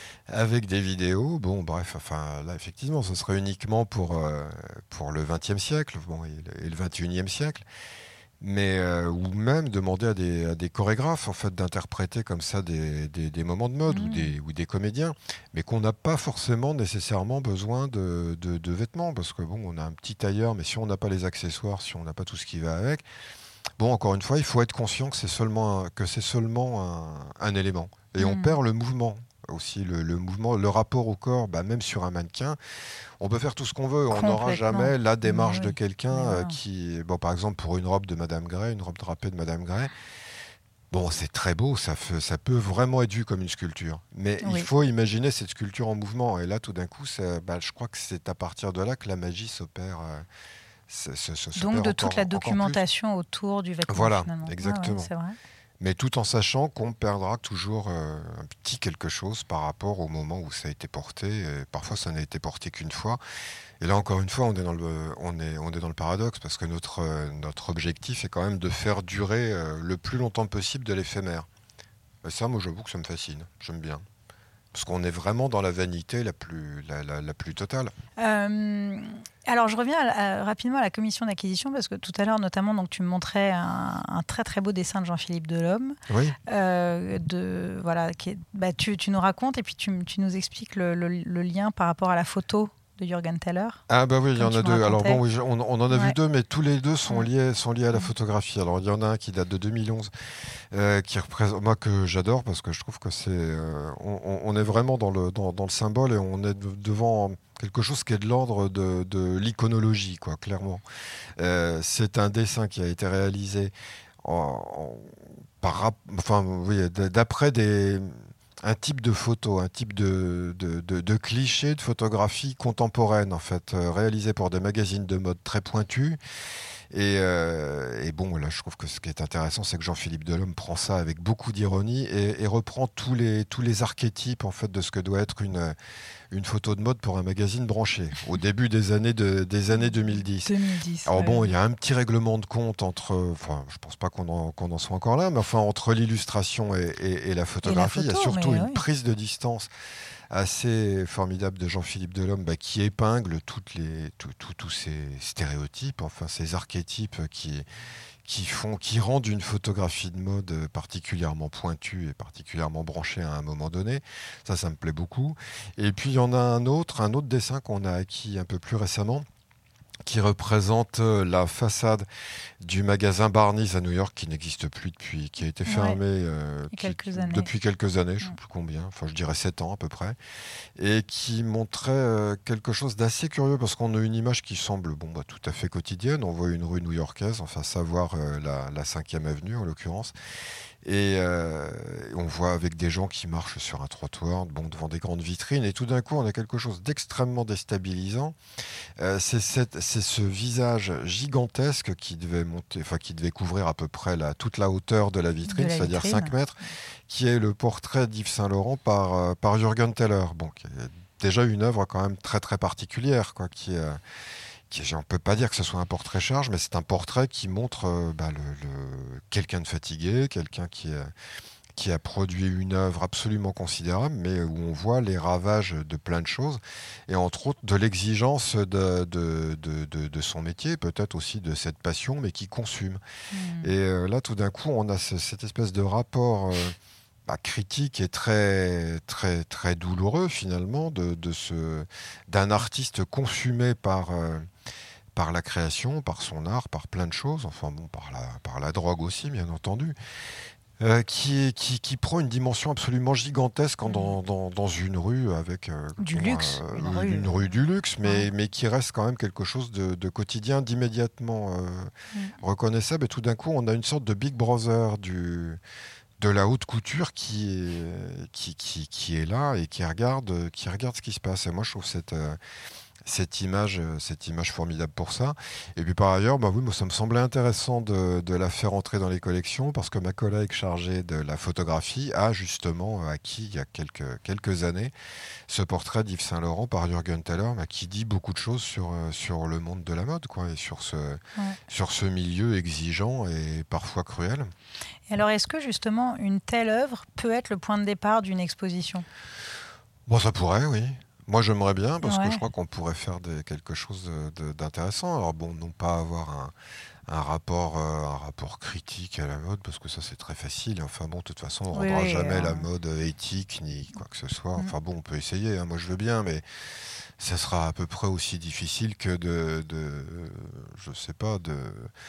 avec des vidéos. Bon bref, enfin là effectivement ce serait uniquement pour, euh, pour le vingtième siècle bon, et, le, et le vingt et unième siècle. Mais, euh, ou même demander à des, à des chorégraphes en fait, d'interpréter comme ça des, des, des moments de mode mmh. ou, des, ou des comédiens, mais qu'on n'a pas forcément nécessairement besoin de, de, de vêtements, parce que bon, on a un petit tailleur, mais si on n'a pas les accessoires, si on n'a pas tout ce qui va avec, bon, encore une fois, il faut être conscient que c'est seulement un, que c'est seulement un, un élément. Et mmh. on perd le mouvement aussi, le, le mouvement, le rapport au corps, bah, même sur un mannequin. On peut faire tout ce qu'on veut, on n'aura jamais la démarche oui, de quelqu'un euh, qui, bon, par exemple, pour une robe de Madame Gray, une robe drapée de Madame Gray, bon, c'est très beau, ça, fait, ça peut vraiment être vu comme une sculpture. Mais oui. il faut imaginer cette sculpture en mouvement. Et là, tout d'un coup, bah, je crois que c'est à partir de là que la magie s'opère. Euh, c'est, c'est, c'est Donc de encore, toute la documentation autour du vêtement. Voilà, finalement. exactement. Ah ouais, c'est vrai. Mais tout en sachant qu'on perdra toujours euh, un petit quelque chose par rapport au moment où ça a été porté. Et parfois, ça n'a été porté qu'une fois. Et là, encore une fois, on est dans le, on est, on est dans le paradoxe parce que notre, euh, notre objectif est quand même de faire durer euh, le plus longtemps possible de l'éphémère. Et ça, moi, j'avoue que ça me fascine. J'aime bien. Parce qu'on est vraiment dans la vanité la plus, la, la, la plus totale. Euh, alors, je reviens à, à, rapidement à la commission d'acquisition, parce que tout à l'heure, notamment, donc, tu me montrais un, un très, très beau dessin de Jean-Philippe Delhomme. Oui. Euh, de, voilà, qui est, bah, tu, tu nous racontes et puis tu, tu nous expliques le, le, le lien par rapport à la photo de Jürgen Thaler. Ah bah oui, il y en a deux. Racontais. Alors bon, oui, on, on en a ouais. vu deux, mais tous les deux sont liés, sont liés à la photographie. Alors il y en a un qui date de deux mille onze, euh, qui représente, moi que j'adore parce que je trouve que c'est, euh, on, on est vraiment dans le dans, dans le symbole et on est devant quelque chose qui est de l'ordre de, de l'iconologie, quoi, clairement. Euh, c'est un dessin qui a été réalisé en, en, par, enfin oui, d'après des un type de photo, un type de, de, de, de cliché de photographie contemporaine, en fait, euh, réalisé pour des magazines de mode très pointus. Et, euh, et bon, là, je trouve que ce qui est intéressant, c'est que Jean-Philippe Delhomme prend ça avec beaucoup d'ironie et, et reprend tous les, tous les archétypes, en fait, de ce que doit être une, une photo de mode pour un magazine branché, au début des années, de, des années deux mille dix. deux mille dix Alors ouais. bon, il y a un petit règlement de compte entre, enfin, je pense pas qu'on en, qu'on en soit encore là, mais enfin, entre l'illustration et, et, et la photographie, et la photo, il y a surtout une oui. prise de distance assez formidable de Jean-Philippe Delhomme, bah, qui épingle toutes les, tout, tout, tous ces stéréotypes, enfin ces archétypes qui, qui, font, qui rendent une photographie de mode particulièrement pointue et particulièrement branchée à un moment donné. Ça, ça me plaît beaucoup. Et puis il y en a un autre, un autre dessin qu'on a acquis un peu plus récemment, qui représente la façade du magasin Barney's à New York, qui n'existe plus depuis, qui a été fermé Ouais, euh, qui- quelques années. depuis quelques années, je ne sais Mm. plus combien, enfin je dirais sept ans à peu près, et qui montrait euh, quelque chose d'assez curieux, parce qu'on a une image qui semble bon, bah, tout à fait quotidienne. On voit une rue new-yorkaise, enfin savoir euh, la, la cinquième avenue en l'occurrence, et euh, on voit avec des gens qui marchent sur un trottoir, bon, devant des grandes vitrines, et tout d'un coup on a quelque chose d'extrêmement déstabilisant. Euh, c'est, cette- c'est ce visage gigantesque qui devait monter, enfin qui devait couvrir à peu près la, toute la hauteur de la vitrine, De la c'est-à-dire vitrine. cinq mètres, qui est le portrait d'Yves Saint-Laurent par, euh, par Jürgen Teller. Bon, qui est déjà une œuvre quand même très très particulière, quoi, qui, euh, qui, on ne peut pas dire que ce soit un portrait charge, mais c'est un portrait qui montre euh, bah, le, le- quelqu'un de fatigué, quelqu'un qui, euh, qui a produit une œuvre absolument considérable, mais où on voit les ravages de plein de choses, et entre autres de l'exigence de, de, de, de- de son métier, peut-être aussi de cette passion, mais qui consume. Mm. Et euh, là, tout d'un coup, on a ce- cette espèce de rapport euh, bah, critique et très, très, très douloureux, finalement, de, de ce, d'un artiste consumé par... euh, par la création, par son art, par plein de choses, enfin bon, par la, par la drogue aussi, bien entendu, euh, qui, qui, qui prend une dimension absolument gigantesque en- dans, dans, dans une rue avec euh, Du bon, luxe, euh, une rue. une rue du luxe, mais, Ouais. mais qui reste quand même quelque chose de, de quotidien, d'immédiatement euh, Mm. reconnaissable. Et tout d'un coup, on a une sorte de Big Brother du, de la haute couture qui est, qui, qui, qui est là et qui regarde, qui regarde ce qui se passe. Et moi, je trouve cette... euh, cette image, euh, cette image formidable pour ça. Et puis par ailleurs, bah oui, moi, ça me semblait intéressant de, de la faire entrer dans les collections, parce que ma collègue chargée de la photographie a justement euh, acquis il y a quelques, quelques années ce portrait d'Yves Saint-Laurent par Jürgen Teller, bah, qui dit beaucoup de choses sur, euh, sur le monde de la mode, quoi, et sur ce, Ouais. sur ce milieu exigeant et parfois cruel. Et alors, est-ce que justement une telle œuvre peut être le point de départ d'une exposition ? Bon, ça pourrait, oui. Moi, j'aimerais bien, parce que Ouais. je crois qu'on pourrait faire des, quelque chose de- de- d'intéressant. Alors bon, non pas avoir un, un rapport, euh, un rapport critique à la mode, parce que ça, c'est très facile. Enfin bon, de toute façon, on ne Oui, rendra oui, jamais euh, la mode éthique, ni quoi que ce soit. Mm. Enfin bon, on peut essayer, hein, moi je veux bien, mais ça sera à peu près aussi difficile que de, de je sais pas, de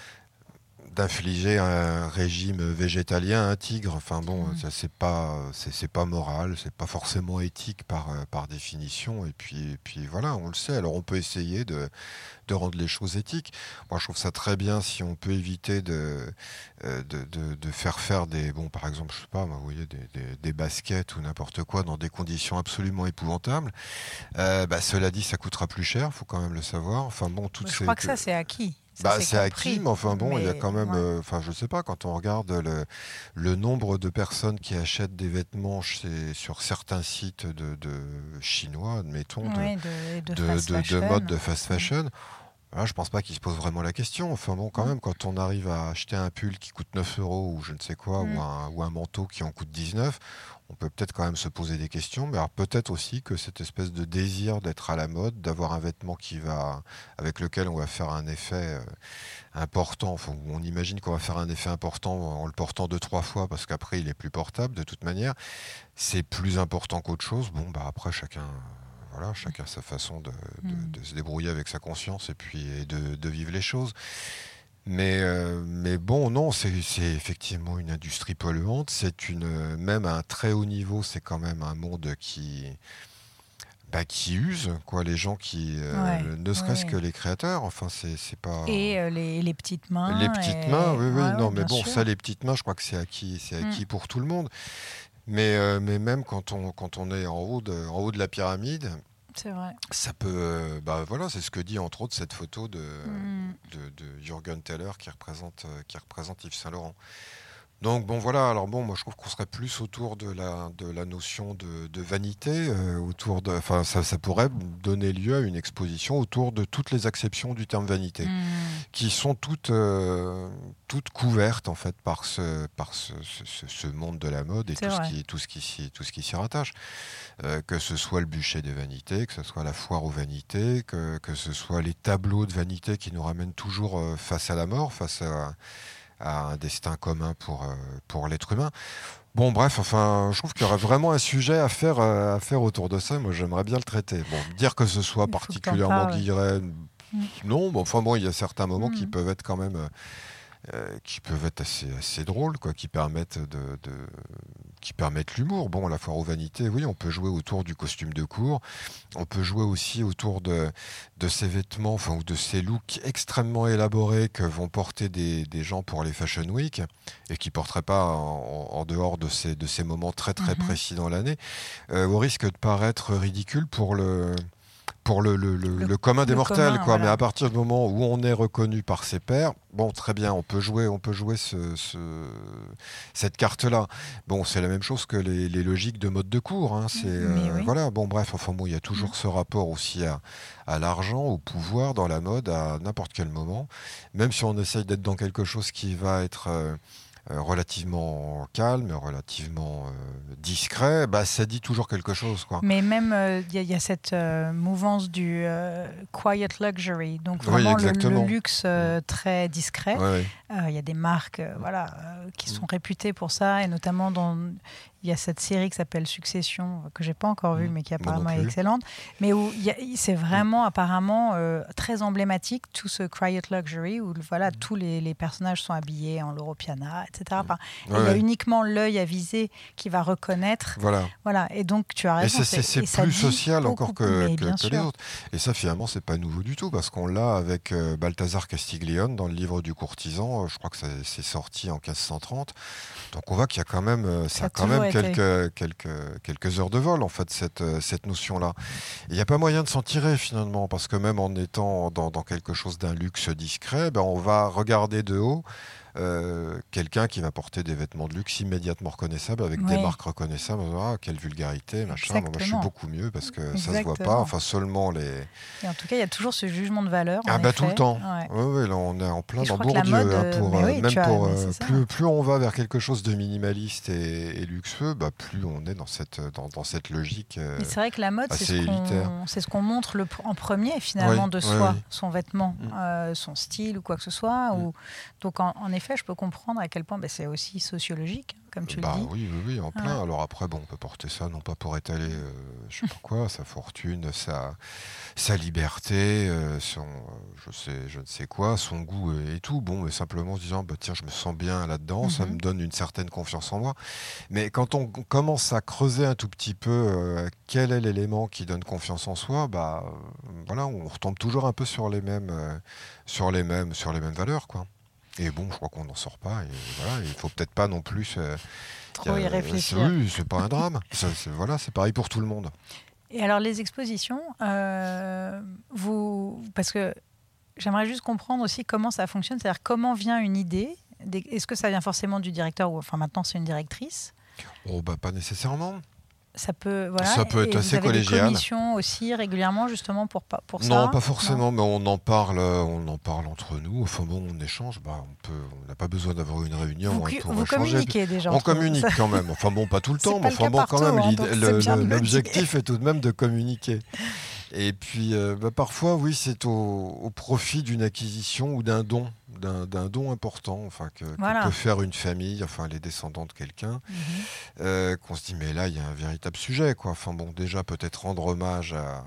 d'infliger un régime végétalien à un tigre. Enfin bon, Mm. ça c'est pas, c'est, c'est pas moral, c'est pas forcément éthique par, euh, par définition. Et puis, et puis voilà, on le sait. Alors on peut essayer de, de rendre les choses éthiques. Moi, je trouve ça très bien si on peut éviter de, euh, de, de, de faire faire des, bon, par exemple, je sais pas, vous voyez, des, des, des baskets ou n'importe quoi dans des conditions absolument épouvantables. Euh, bah, cela dit, ça coûtera plus cher, faut quand même le savoir. Enfin bon, toutes Je ces crois que ça, c'est acquis. Ça, bah, c'est c'est compris. acquis, mais enfin bon, il y a Mais, quand même, ouais. euh, enfin je sais pas, quand on regarde le, le nombre de personnes qui achètent des vêtements chez, sur certains sites de, de chinois, admettons, de, Ouais, de, de de, fast de, de fashion. mode de fast fashion, voilà, je pense pas qu'ils se posent vraiment la question. Enfin bon, quand Mm. même, quand on arrive à acheter un pull qui coûte neuf euros ou je ne sais quoi, Mm. ou, un, ou un manteau qui en coûte dix-neuf, on peut peut-être quand même se poser des questions. Mais alors peut-être aussi que cette espèce de désir d'être à la mode, d'avoir un vêtement qui va, avec lequel on va faire un effet euh, important, enfin, on imagine qu'on va faire un effet important en le portant deux, trois fois, parce qu'après il est plus portable de toute manière, c'est plus important qu'autre chose. Bon, bah après chacun... Voilà, chacun sa façon de, de, Mm. de se débrouiller avec sa conscience et puis et de, de vivre les choses. Mais, euh, mais bon, non, c'est, c'est effectivement une industrie polluante. C'est une, même à un très haut niveau, c'est quand même un monde qui, bah, qui use, quoi. Les gens qui, euh, Ouais, ne serait-ce ouais. que les créateurs. Enfin, c'est, c'est pas. Et euh, les, les petites mains. Les petites et... mains, oui, oui, Ouais, non, ouais, mais bien bon, sûr. ça, les petites mains, je crois que c'est acquis, c'est acquis Mm. pour tout le monde. Mais, euh, mais même quand on, quand on est en haut de, en haut de la pyramide, C'est vrai. ça peut, euh, bah voilà, c'est ce que dit entre autres cette photo de, Mm. de, de Jürgen Teller qui représente, euh, qui représente Yves Saint-Laurent. Donc bon voilà, alors bon, moi je trouve qu'on serait plus autour de la, de la notion de, de vanité, euh, autour de, enfin ça, ça pourrait donner lieu à une exposition autour de toutes les acceptions du terme vanité, Mmh. qui sont toutes, euh, toutes couvertes en fait par ce, par ce, ce, ce- ce monde de la mode et C'est tout ce vrai. qui, tout ce qui s'y, tout ce qui s'y rattache. Euh, que ce soit le bûcher des vanités, que ce soit la foire aux vanités, que, que ce soit les tableaux de vanité qui nous ramènent toujours euh, face à la mort, face à à un destin commun pour, euh, pour l'être humain. Bon, bref, enfin, je trouve qu'il y aurait vraiment un sujet à faire, euh, à faire autour de ça. Moi, j'aimerais bien le traiter. Bon, dire que ce soit Il faut que t'en particulièrement parles. guilleret, Mm. non, mais enfin bon, il y a certains moments qui Mm. peuvent être quand même, euh, euh, qui peuvent être assez, assez drôles, quoi, qui permettent de, de- qui permettent l'humour. Bon, la foire aux vanités, oui, on peut jouer autour du costume de cour, on peut jouer aussi autour de, de ces vêtements, enfin, ou de ces looks extrêmement élaborés que vont porter des, des gens pour les Fashion Week et qui porteraient pas en, en dehors de ces, de ces moments très très Mhm. précis dans l'année, euh, au risque de paraître ridicule pour le pour le, le, le, Le- le commun des le mortels, commun, quoi. voilà. Mais à partir du moment où on est reconnu par ses pairs, bon, très bien, on peut jouer, on peut jouer ce, ce- cette carte-là. Bon, c'est la même chose que les, les logiques de mode de cours. Hein. C'est, Mais euh, oui. voilà, bon, bref, enfin bon, il y a toujours Mm. ce rapport aussi à, à l'argent, au pouvoir dans la mode à n'importe quel moment. Même si on essaye d'être dans quelque chose qui va être euh, euh, relativement calme, relativement euh, discret, bah, ça dit toujours quelque chose, quoi. Mais même, il y, a- y a cette euh, mouvance du euh, quiet luxury, donc Oui, vraiment le, le exactement. luxe euh, très discret. Ouais, ouais. Il y a des marques euh, voilà, euh, qui sont réputées pour ça, et notamment dans... Il y a cette série qui s'appelle Succession, que j'ai pas encore vue, Mmh. mais qui Moi non apparemment est plus. excellente, mais où il y a- c'est vraiment apparemment euh, très emblématique, tout ce quiet luxury, où voilà, tous les, les personnages sont habillés en Loro Piana, et cetera. Enfin, et Ouais, il y a ouais. uniquement l'œil avisé qui va reconnaître. Voilà. Voilà, et donc tu as Et raison. c'est, c'est, c'est et ça plus dit social beaucoup, encore que, mais que, bien que les sûr. autres. Et ça, finalement, c'est pas nouveau du tout, parce qu'on l'a avec euh, Balthazar Castiglione dans le livre du courtisan. Euh, je crois que ça- c'est sorti en quinze cent trente. Donc on voit qu'il y a quand même, euh, ça Ça a a quand toujours même été. quelques, quelques, quelques heures de vol, en fait, cette, euh, cette notion-là. Il n'y a pas moyen de s'en tirer, finalement, parce que même en étant dans, dans quelque chose d'un luxe discret, ben, on va regarder de haut euh, quelqu'un qui va porter des vêtements de luxe immédiatement reconnaissables, avec des Oui. marques reconnaissables. Ah, quelle vulgarité, machin. Bon, moi, je suis Exactement. beaucoup mieux parce que ça se voit pas. Exactement. Enfin, seulement les. Et en tout cas, il y a toujours ce jugement de valeur. En Ah bah effet. tout le temps. Ouais. Oui, oui, là on est en plein Et je dans crois que la Bourdieu. mode, hein, euh, pour, mais euh, oui, même tu as- pour mais euh, c'est ça. plus, plus on va vers quelque chose de minimaliste et, et luxueux, bah, plus on est dans cette, dans, dans cette logique. euh, Mais c'est vrai que la mode, c'est assez ce élitaire. qu'on c'est ce qu'on montre le, pr- en premier finalement Oui, de oui, soi, oui. son vêtement, Mm. euh, son style ou quoi que ce soit. Mm. Ou... Donc en, en effet, je peux comprendre à quel point bah, c'est aussi sociologique, comme tu Bah le dis. oui, oui, oui, en plein. Ouais. Alors après, bon, on peut porter ça, non pas pour étaler, euh, je sais pas quoi, sa fortune, sa, sa liberté, euh, son, euh, je sais, je ne sais quoi, son goût et, et tout. Bon, mais simplement en se disant, bah tiens, je me sens bien là-dedans, ça Mhm. me donne une certaine confiance en moi. Mais quand on commence à creuser un tout petit peu euh, quel est l'élément qui donne confiance en soi, bah euh, voilà, on retombe toujours un peu sur les mêmes, euh, sur les mêmes, sur les mêmes valeurs, quoi. Et bon, je crois qu'on n'en sort pas. Et voilà, il faut peut-être pas non plus. euh, Trop y euh, réfléchir. c'est- Oui, c'est pas un drame. Ça, c'est, voilà, c'est pareil pour tout le monde. Et alors les expositions, euh, vous, parce que j'aimerais juste comprendre aussi comment ça fonctionne, c'est-à-dire comment vient une idée. Des- Est-ce que ça vient forcément du directeur ou enfin maintenant c'est une directrice? Oh, bah, pas nécessairement. Ça peut, voilà. Ça peut être Et assez vous avez collégial. des commissions aussi régulièrement justement pour, pa- pour ça? Non, pas forcément, mais on en parle, euh, on en parle entre nous. Enfin bon, on échange. Bah, on peut, on n'a pas besoin d'avoir une réunion Vous, hein, cu- pour vous échanger. communiquez déjà On entre vous. communique Ça- quand même. Enfin bon, pas tout le C'est temps, pas mais le enfin cas bon, quand partout, même, hein, l'idée- donc c'est le- bien de le- le l'objectif dire. est tout de même de communiquer. Et puis, euh, bah, parfois, oui, c'est au, au profit d'une acquisition ou d'un don, d'un, d'un don important, enfin que, que Voilà. peut faire une famille, enfin les descendants de quelqu'un, Mhm. euh, qu'on se dit mais là il y a un véritable sujet, quoi. Enfin bon, déjà peut-être rendre hommage à,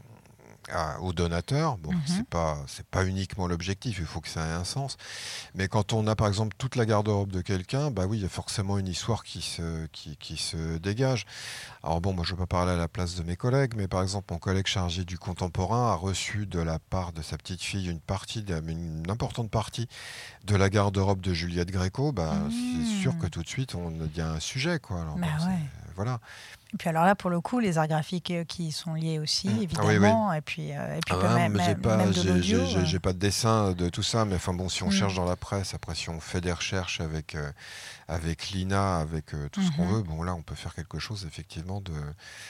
à- aux donateurs. Bon, Mhm. c'est pas c'est pas uniquement l'objectif, il faut que ça ait un sens. Mais quand on a par exemple toute la garde-robe de quelqu'un, bah oui, il y a forcément une histoire qui se qui, qui se dégage. Alors bon, moi je ne vais pas parler à la place de mes collègues, mais par exemple mon collègue chargé du contemporain a reçu de la part de sa petite fille une partie, de- une importante partie de la garde-robe de Juliette Gréco. Bah, Mmh. c'est sûr que tout de suite on il y a un sujet, quoi. Alors, Bah bon, c'est- ouais. voilà. Et puis alors là, pour le coup, les arts graphiques euh, qui sont liés aussi, Mmh. évidemment. Oui, oui. Et puis, euh, et puis Ah, bah, ouais, même, mais j'ai même, pas, même de j'ai, l'audio. j'ai, j'ai, euh. j'ai pas de dessin de tout ça, mais enfin bon, si on Mm. cherche dans la presse, après si on fait des recherches avec euh, avec l'I N A, avec euh, tout ce qu'on Mhm. veut, bon là, on peut faire quelque chose effectivement de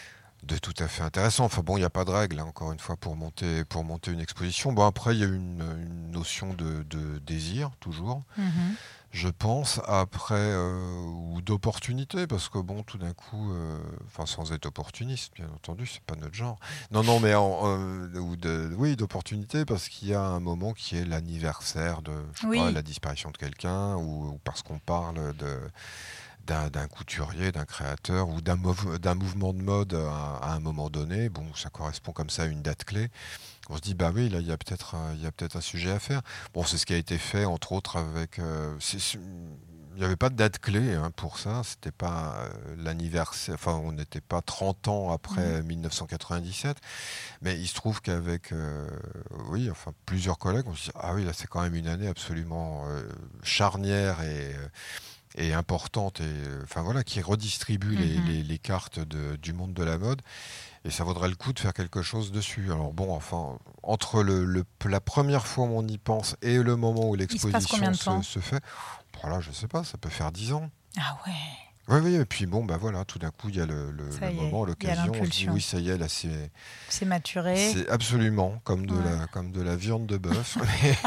de tout à fait intéressant. Enfin bon, il n'y a pas de règle, hein, encore une fois, pour monter pour monter une exposition. Bon après, il y a une, une notion de, de désir toujours. Mhm. Je pense, après, euh, ou d'opportunité, parce que bon, tout d'un coup, euh, enfin, sans être opportuniste, bien entendu, c'est pas notre genre. Non, non, mais en, euh, ou de, oui, d'opportunité, parce qu'il y a un moment qui est l'anniversaire de, je sais Oui. pas, la disparition de quelqu'un, ou, ou parce qu'on parle de, d'un, d'un couturier, d'un créateur, ou d'un, mov- d'un mouvement de mode à, à un moment donné. Bon, ça correspond comme ça à une date clé. On se dit, bah oui, là, il y a peut-être un- il y a peut-être un sujet à faire. Bon, c'est ce qui a été fait, entre autres, avec. euh, c'est- c'est- il n'y avait pas de date clé hein, pour ça. C'était pas euh, l'anniversaire. Enfin, on n'était pas trente ans après mille neuf cent quatre-vingt-dix-sept. Mais il se trouve qu'avec. euh, oui, enfin, plusieurs collègues, on se dit, ah oui, là, c'est quand même une année absolument euh, charnière et. euh, et importante, et, euh, enfin voilà, qui redistribue les, Mhm. les- les cartes de- du monde de la mode. Et ça vaudrait le coup de faire quelque chose dessus. Alors bon, enfin, entre le, le- la première fois où on y pense et le moment où Il se passe combien l'exposition de se, temps? se fait, voilà, je sais pas, ça peut faire dix ans. Ah ouais, Oui, oui, et puis bon, bah voilà, tout d'un coup, il y a le, le- ça le y est, moment, il y a l'occasion, on se dit, l'impulsion. oui, ça y est, là, c'est, C'est maturé. c'est absolument comme de, Ouais. la, comme de la viande de bœuf. Mais-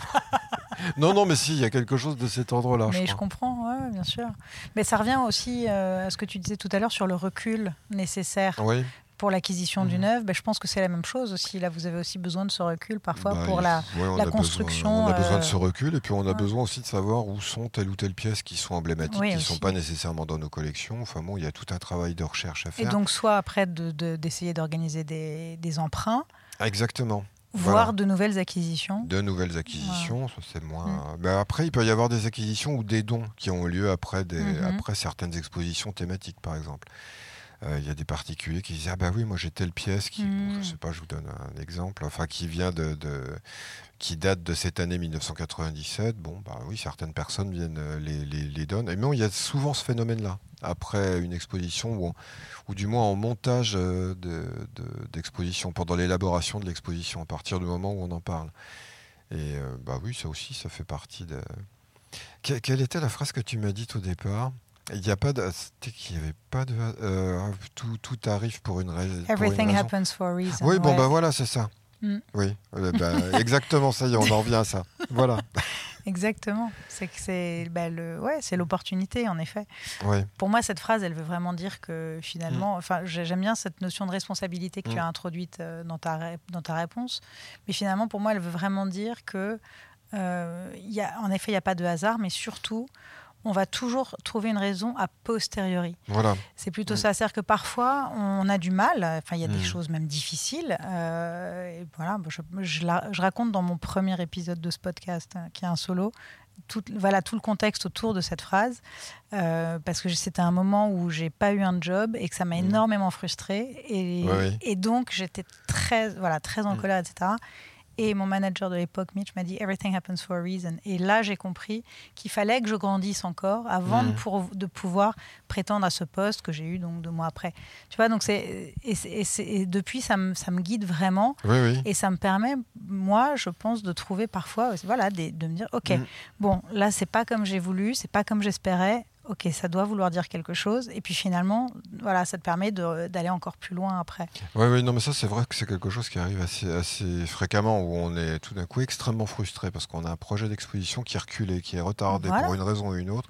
non, non, mais si, il y a quelque chose de cet ordre-là, je Mais je crois. comprends, ouais, bien sûr. Mais ça revient aussi euh, à ce que tu disais tout à l'heure sur le recul nécessaire Oui. pour l'acquisition d'une Mhm. œuvre. Ben, je pense que c'est la même chose aussi. Là, vous avez aussi besoin de ce recul parfois Bah, pour il la, faut- ouais, on la a besoin- construction. on a besoin de euh, ce recul, et puis on a ouais. besoin aussi de savoir où sont telle ou telle pièce qui sont emblématiques, Oui, qui ne aussi. sont pas nécessairement dans nos collections. Enfin bon, il y a tout un travail de recherche à Et faire. donc, soit après de- de- d'essayer d'organiser des, des emprunts, Exactement. voire Voilà. de nouvelles acquisitions. De nouvelles acquisitions, ça, c'est moins. Mm. Mais après, il peut y avoir des acquisitions ou des dons qui ont lieu après, des... Mhm. après certaines expositions thématiques, par exemple. Euh, Il y a des particuliers qui disent ah bah oui, moi j'ai telle pièce qui, Mm. bon, je sais pas, je vous donne un exemple, enfin qui vient de, de- qui date de cette année mille neuf cent quatre-vingt-dix-sept. Bon bah oui, certaines personnes viennent euh, les, les, les donnent. Et non, il y a souvent ce phénomène-là après une exposition ou, ou du moins en montage euh, de, de- d'exposition, pendant l'élaboration de l'exposition, à partir du moment où on en parle. Et euh, bah oui, ça aussi, ça fait partie de. Que- Quelle était la phrase que tu m'as dite au départ? Il n'y a pas de. C'était qu'il n'y avait pas de. euh, tout, tout arrive pour une, rais- pour une Everything raison. happens for a reason. Oui, bon, ouais. bah voilà, c'est ça. Mm. Oui, euh, bah, exactement, ça y est, on en revient à ça. Voilà. Exactement. C'est que c'est bah, le, ouais, c'est l'opportunité, en effet. Oui. Pour moi, cette phrase, elle veut vraiment dire que finalement, enfin, j'ai- j'aime bien cette notion de responsabilité que tu Mm. as introduite euh, dans ta, ré- dans ta réponse. Mais finalement, pour moi, elle veut vraiment dire que, euh, il y a, en effet, il n'y a pas de hasard, mais surtout, on va toujours trouver une raison a posteriori. Voilà. C'est plutôt Mm. ça. C'est-à-dire que parfois, on a du mal, enfin, il y a des Mm. choses même difficiles. euh, et voilà, je, je la- je raconte dans mon premier épisode de ce podcast, hein, qui est un solo, tout, voilà, tout le contexte autour de cette phrase, euh, parce que c'était un moment où j'ai pas eu un job et que ça m'a Mm. énormément frustrée. Et, Ouais, ouais. et donc, j'étais très, voilà, très en Mm. colère, et cetera. Et mon manager de l'époque, Mitch, m'a dit « Everything happens for a reason ». Et là, j'ai compris qu'il fallait que je grandisse encore avant Mm. de, pour- de pouvoir prétendre à ce poste que j'ai eu donc deux mois après. Tu vois, donc c'est... Et, c'est- et c'est- et depuis, ça me, ça me guide vraiment. Oui, oui. Et ça me permet, moi, je pense, de trouver parfois, voilà, des- de me dire « Ok, Mm. bon, là, c'est pas comme j'ai voulu, c'est pas comme j'espérais. Ok, ça doit vouloir dire quelque chose. » Et puis finalement, voilà, ça te permet de- d'aller encore plus loin après. Oui, oui, non, mais ça, c'est vrai que c'est quelque chose qui arrive assez, assez fréquemment, où on est tout d'un coup extrêmement frustré parce qu'on a un projet d'exposition qui est reculé, qui est retardé Voilà. pour une raison ou une autre.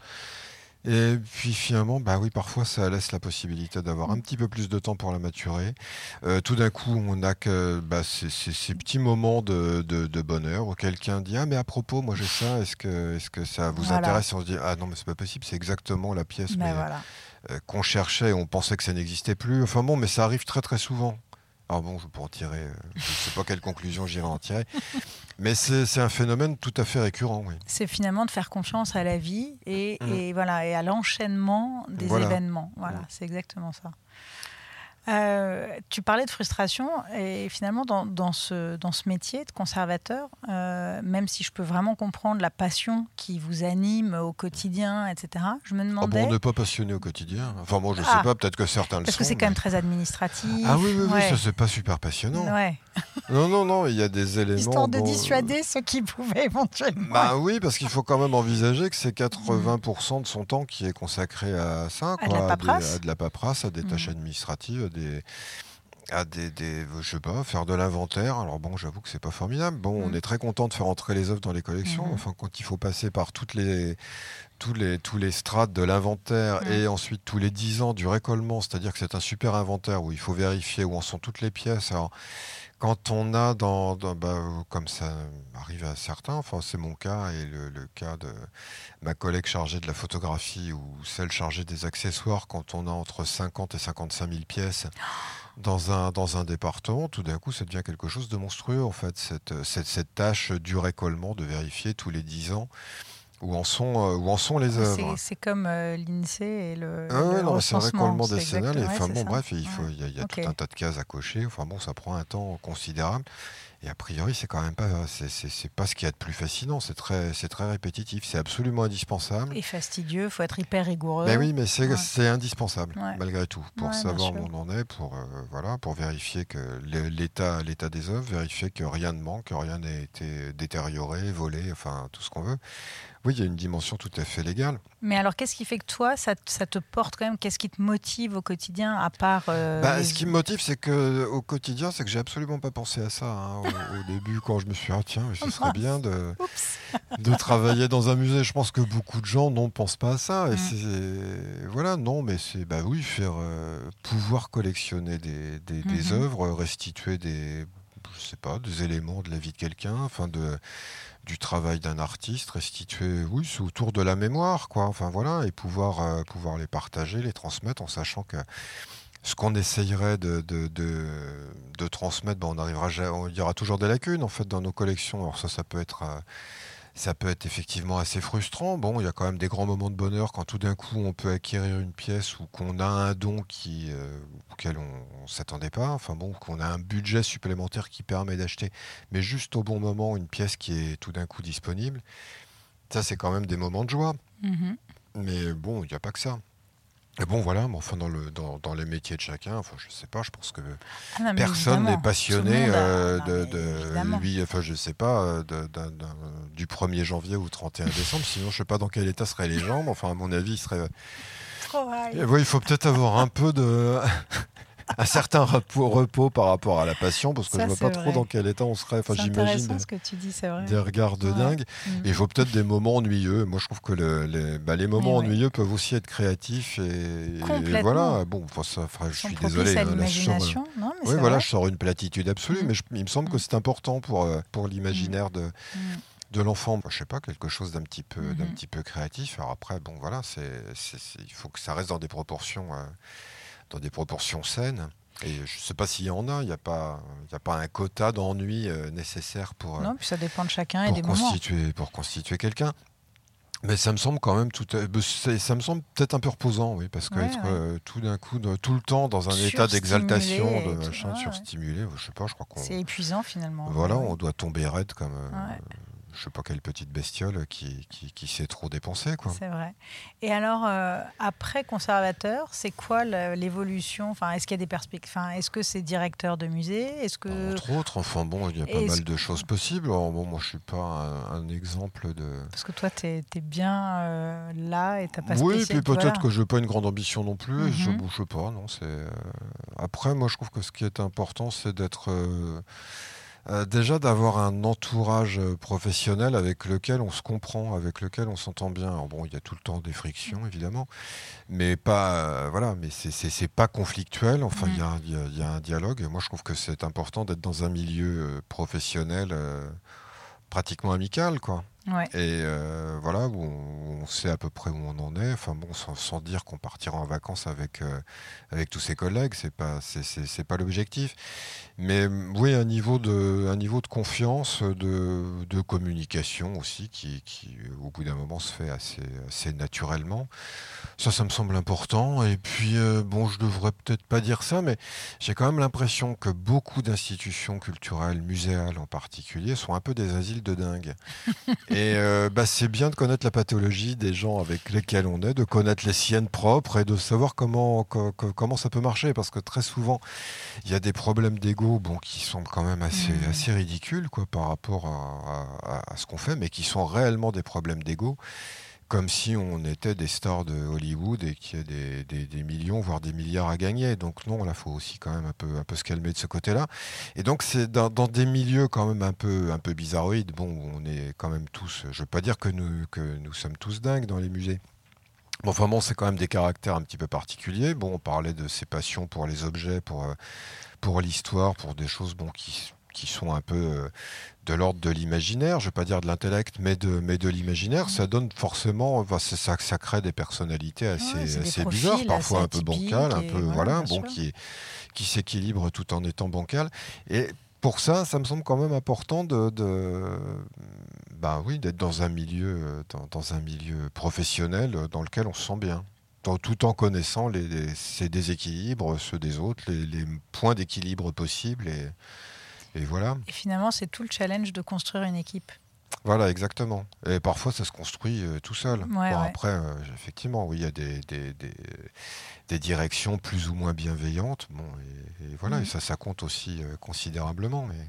Et puis finalement, bah oui, parfois ça laisse la possibilité d'avoir Mm. un petit peu plus de temps pour la maturer. Euh, tout d'un coup, on a que bah, ces, ces- ces petits moments de, de- de bonheur où quelqu'un dit ah mais à propos, moi j'ai ça, est-ce que est-ce que ça vous Voilà. intéresse? Et on se dit ah non mais c'est pas possible, c'est exactement la pièce Ben mais, voilà. euh, qu'on cherchait, on pensait que ça n'existait plus. Enfin bon, mais ça arrive très très souvent. Alors bon, je peux en tirer, euh, je sais pas quelle conclusion j'irai en tirer, mais c'est c'est un phénomène tout à fait récurrent, oui. C'est finalement de faire confiance à la vie et, Mm. et voilà, et à l'enchaînement des Voilà. événements. Voilà, Mm. c'est exactement ça. Euh, tu parlais de frustration et finalement dans, dans, ce, dans ce métier de conservateur, euh, même si je peux vraiment comprendre la passion qui vous anime au quotidien, et cetera, je me demandais... Ah bon, on n'est pas passionné au quotidien. Enfin moi je Ah, sais pas, peut-être que certains le sont. parce que c'est quand mais... même très administratif. Ah oui, oui, oui, ouais. ça c'est pas super passionnant. Ouais. Non, non, non, il y a des éléments... Histoire de bon, dissuader euh... ceux qui pouvaient éventuellement... Bah oui, parce qu'il faut quand même envisager que c'est quatre-vingts pour cent de son temps qui est consacré à ça, à quoi, de la paperasse, à, des, à de la paperasse, à des tâches mmh. administratives, à des... à des, des, je sais pas, faire de l'inventaire. Alors bon, j'avoue que c'est pas formidable. Bon, mmh. on est très content de faire entrer les œuvres dans les collections. Mmh. Enfin, quand il faut passer par toutes les, tous les, tous les strates de l'inventaire mmh. et ensuite tous les dix ans du récollement, c'est-à-dire que c'est un super inventaire où il faut vérifier où en sont toutes les pièces. Alors, quand on a dans, dans bah, comme ça arrive à certains, enfin c'est mon cas et le, le cas de ma collègue chargée de la photographie ou celle chargée des accessoires, quand on a entre cinquante et cinquante-cinq mille pièces dans un, dans un département, tout d'un coup ça devient quelque chose de monstrueux en fait, cette, cette, cette tâche du récollement, de vérifier tous les dix ans où en sont, euh, où en sont les œuvres. C'est, c'est comme euh, l'INSEE et le, ah ouais, le non, recensement. C'est le récollement décennal. Et ouais, enfin, bon, ça. bref, il faut, il y a, il y a okay. tout un tas de cases à cocher. Enfin bon, ça prend un temps considérable. Et a priori, c'est quand même pas, c'est, c'est, c'est pas ce qu'il y a de plus fascinant. C'est très, c'est très répétitif. C'est absolument indispensable. Et fastidieux. Il faut être hyper rigoureux. Ben oui, mais c'est, ouais. c'est indispensable ouais. malgré tout pour ouais, savoir où on en est, pour euh, voilà, pour vérifier que l'état, l'état des œuvres, vérifier que rien ne manque, que rien n'a été détérioré, volé, enfin tout ce qu'on veut. Oui, il y a une dimension tout à fait légale. Mais alors, qu'est-ce qui fait que toi, ça, ça te porte quand même ? Qu'est-ce qui te motive au quotidien, à part... Euh, bah, les... Ce qui me motive, c'est qu'au quotidien, c'est que j'ai absolument pas pensé à ça. Hein, au, au début, quand je me suis dit, ah, tiens, ce serait bien de, de travailler dans un musée. Je pense que beaucoup de gens ne pensent pas à ça. Et mm. c'est, voilà, non, mais c'est, bah oui, faire, euh, pouvoir collectionner des, des, mm-hmm. des œuvres, restituer des, je sais pas, des éléments de la vie de quelqu'un, enfin de... du travail d'un artiste, restitué, oui, c'est autour de la mémoire, quoi. Enfin voilà, et pouvoir euh, pouvoir les partager, les transmettre, en sachant que ce qu'on essayerait de de, de, de transmettre, ben on arrivera, il y aura toujours des lacunes en fait dans nos collections. Alors ça, ça peut être euh, ça peut être effectivement assez frustrant. Bon, il y a quand même des grands moments de bonheur quand tout d'un coup on peut acquérir une pièce ou qu'on a un don qui, euh, auquel on ne s'attendait pas. Enfin bon, qu'on a un budget supplémentaire qui permet d'acheter, mais juste au bon moment, une pièce qui est tout d'un coup disponible. Ça, c'est quand même des moments de joie. Mm-hmm. Mais bon, il n'y a pas que ça. Et bon, voilà, mais enfin, dans, le, dans, dans les métiers de chacun, enfin, je sais pas, je pense que ah non, personne n'est passionné euh, a... de, de lui, enfin, je sais pas, de, de, de, du premier janvier au trente et un décembre, sinon je sais pas dans quel état seraient les jambes, enfin, à mon avis, il serait... Trop high. Ouais, il faut peut-être avoir un peu de... un certain repos, repos par rapport à la passion, parce que ça, je vois pas vrai. trop dans quel état on serait. Enfin, c'est j'imagine des, ce que tu dis, c'est vrai. des regards de ouais. dingue. Mmh. Et je vois peut-être des moments ennuyeux. Moi, je trouve que le, les, bah, les moments oui, ennuyeux oui. peuvent aussi être créatifs. Et, et voilà. Bon, enfin, ça, enfin, je suis désolé. À hein, l'imagination. Là, je non, mais oui, c'est voilà, vrai. je sors une platitude absolue, mmh. mais je, il me semble mmh. que c'est important pour, pour l'imaginaire de. Mmh. de l'enfant, je sais pas, quelque chose d'un petit peu, mmh. d'un petit peu créatif. Alors après, bon, voilà, c'est, c'est, c'est, il faut que ça reste dans des proportions, euh, dans des proportions saines. Et je ne sais pas s'il y en a, il n'y a pas, il y a pas un quota d'ennui euh, nécessaire pour. Non, puis ça dépend de chacun et des constituer, moments. Pour constituer quelqu'un. Mais ça me semble quand même tout, ça me semble peut-être un peu reposant, oui, parce que ouais, être ouais. Euh, tout d'un coup, de, tout le temps dans un état d'exaltation, de machin, ouais, surstimulé, je sais pas, je crois qu'on. C'est épuisant finalement. Voilà, ouais. on doit tomber raide comme. Euh, ouais. Je sais pas quelle petite bestiole qui, qui, qui s'est trop dépensée, quoi. C'est vrai. Et alors, euh, après conservateur, c'est quoi l'évolution ? Enfin, est-ce qu'il y a des perspectives ? Enfin, est-ce que c'est directeur de musée ? Est-ce que... Entre autres, enfin bon, il y a pas est-ce mal de choses possibles. Alors, bon, moi, je suis pas un, un exemple de... Parce que toi, tu es bien euh, là et tu n'as pas oui, spécial... puis peut-être voilà. que je n'ai pas une grande ambition non plus. Mm-hmm. Je ne bouge pas, non. C'est, euh... Après, moi, je trouve que ce qui est important, c'est d'être... Euh... Euh, déjà d'avoir un entourage professionnel avec lequel on se comprend, avec lequel on s'entend bien. Alors bon, il y a tout le temps des frictions évidemment, mais pas euh, voilà, mais c'est, c'est, c'est pas conflictuel. Enfin, il mmh. y, y, y a un dialogue. Et moi, je trouve que c'est important d'être dans un milieu professionnel euh, pratiquement amical, quoi. Ouais. Et euh, voilà, où on, on sait à peu près où on en est. Enfin bon, sans, sans dire qu'on partira en vacances avec, euh, avec tous ses collègues, c'est pas, c'est, c'est, c'est pas l'objectif. Mais oui, un niveau de, un niveau de confiance, de, de communication aussi, qui, qui au bout d'un moment se fait assez, assez naturellement. Ça, ça me semble important. Et puis, euh, bon, je devrais peut-être pas dire ça, mais j'ai quand même l'impression que beaucoup d'institutions culturelles, muséales en particulier, sont un peu des asiles de dingue. Et euh, bah, c'est bien de connaître la pathologie des gens avec lesquels on est, de connaître les siennes propres et de savoir comment, co- co- comment ça peut marcher. Parce que très souvent, il y a des problèmes d'ego bon, qui sont quand même assez, Mmh. assez ridicules quoi, par rapport à, à- à ce qu'on fait, mais qui sont réellement des problèmes d'ego. Comme si on était des stars de Hollywood et qu'il y a des, des- des millions, voire des milliards à gagner. Donc non, là, il faut aussi quand même un peu, un peu se calmer de ce côté-là. Et donc, c'est dans, dans des milieux quand même un peu, un peu bizarroïdes. Bon, on est quand même tous... Je ne veux pas dire que nous, que nous sommes tous dingues dans les musées. Bon, enfin bon, c'est quand même des caractères un petit peu particuliers. Bon, on parlait de ses passions pour les objets, pour, euh, pour l'histoire, pour des choses bon, qui, qui sont un peu... euh, de l'ordre de l'imaginaire, je ne vais pas dire de l'intellect, mais de, mais de l'imaginaire, ça donne forcément, enfin, c'est ça, ça crée des personnalités assez, Ouais, c'est des assez profils bizarres, parfois assez un peu atypiques bancales, un et peu voilà, voilà, bien bon, sûr. qui, qui s'équilibrent tout en étant bancales. Et pour ça, ça me semble quand même important de, de bah oui, d'être dans un milieu, dans, dans un milieu professionnel dans lequel on se sent bien. Dans- tout en connaissant les, les- ces déséquilibres, ceux des autres, les, les points d'équilibre possibles. Et, et voilà. Et finalement, c'est tout le challenge de construire une équipe. Voilà, exactement. Et parfois, ça se construit euh, tout seul. Ouais, Bon, ouais. après, euh, effectivement, oui, il y a des, des, des, des directions plus ou moins bienveillantes. Bon, et, et voilà, Mhm. et ça, ça compte aussi euh, considérablement. Mais,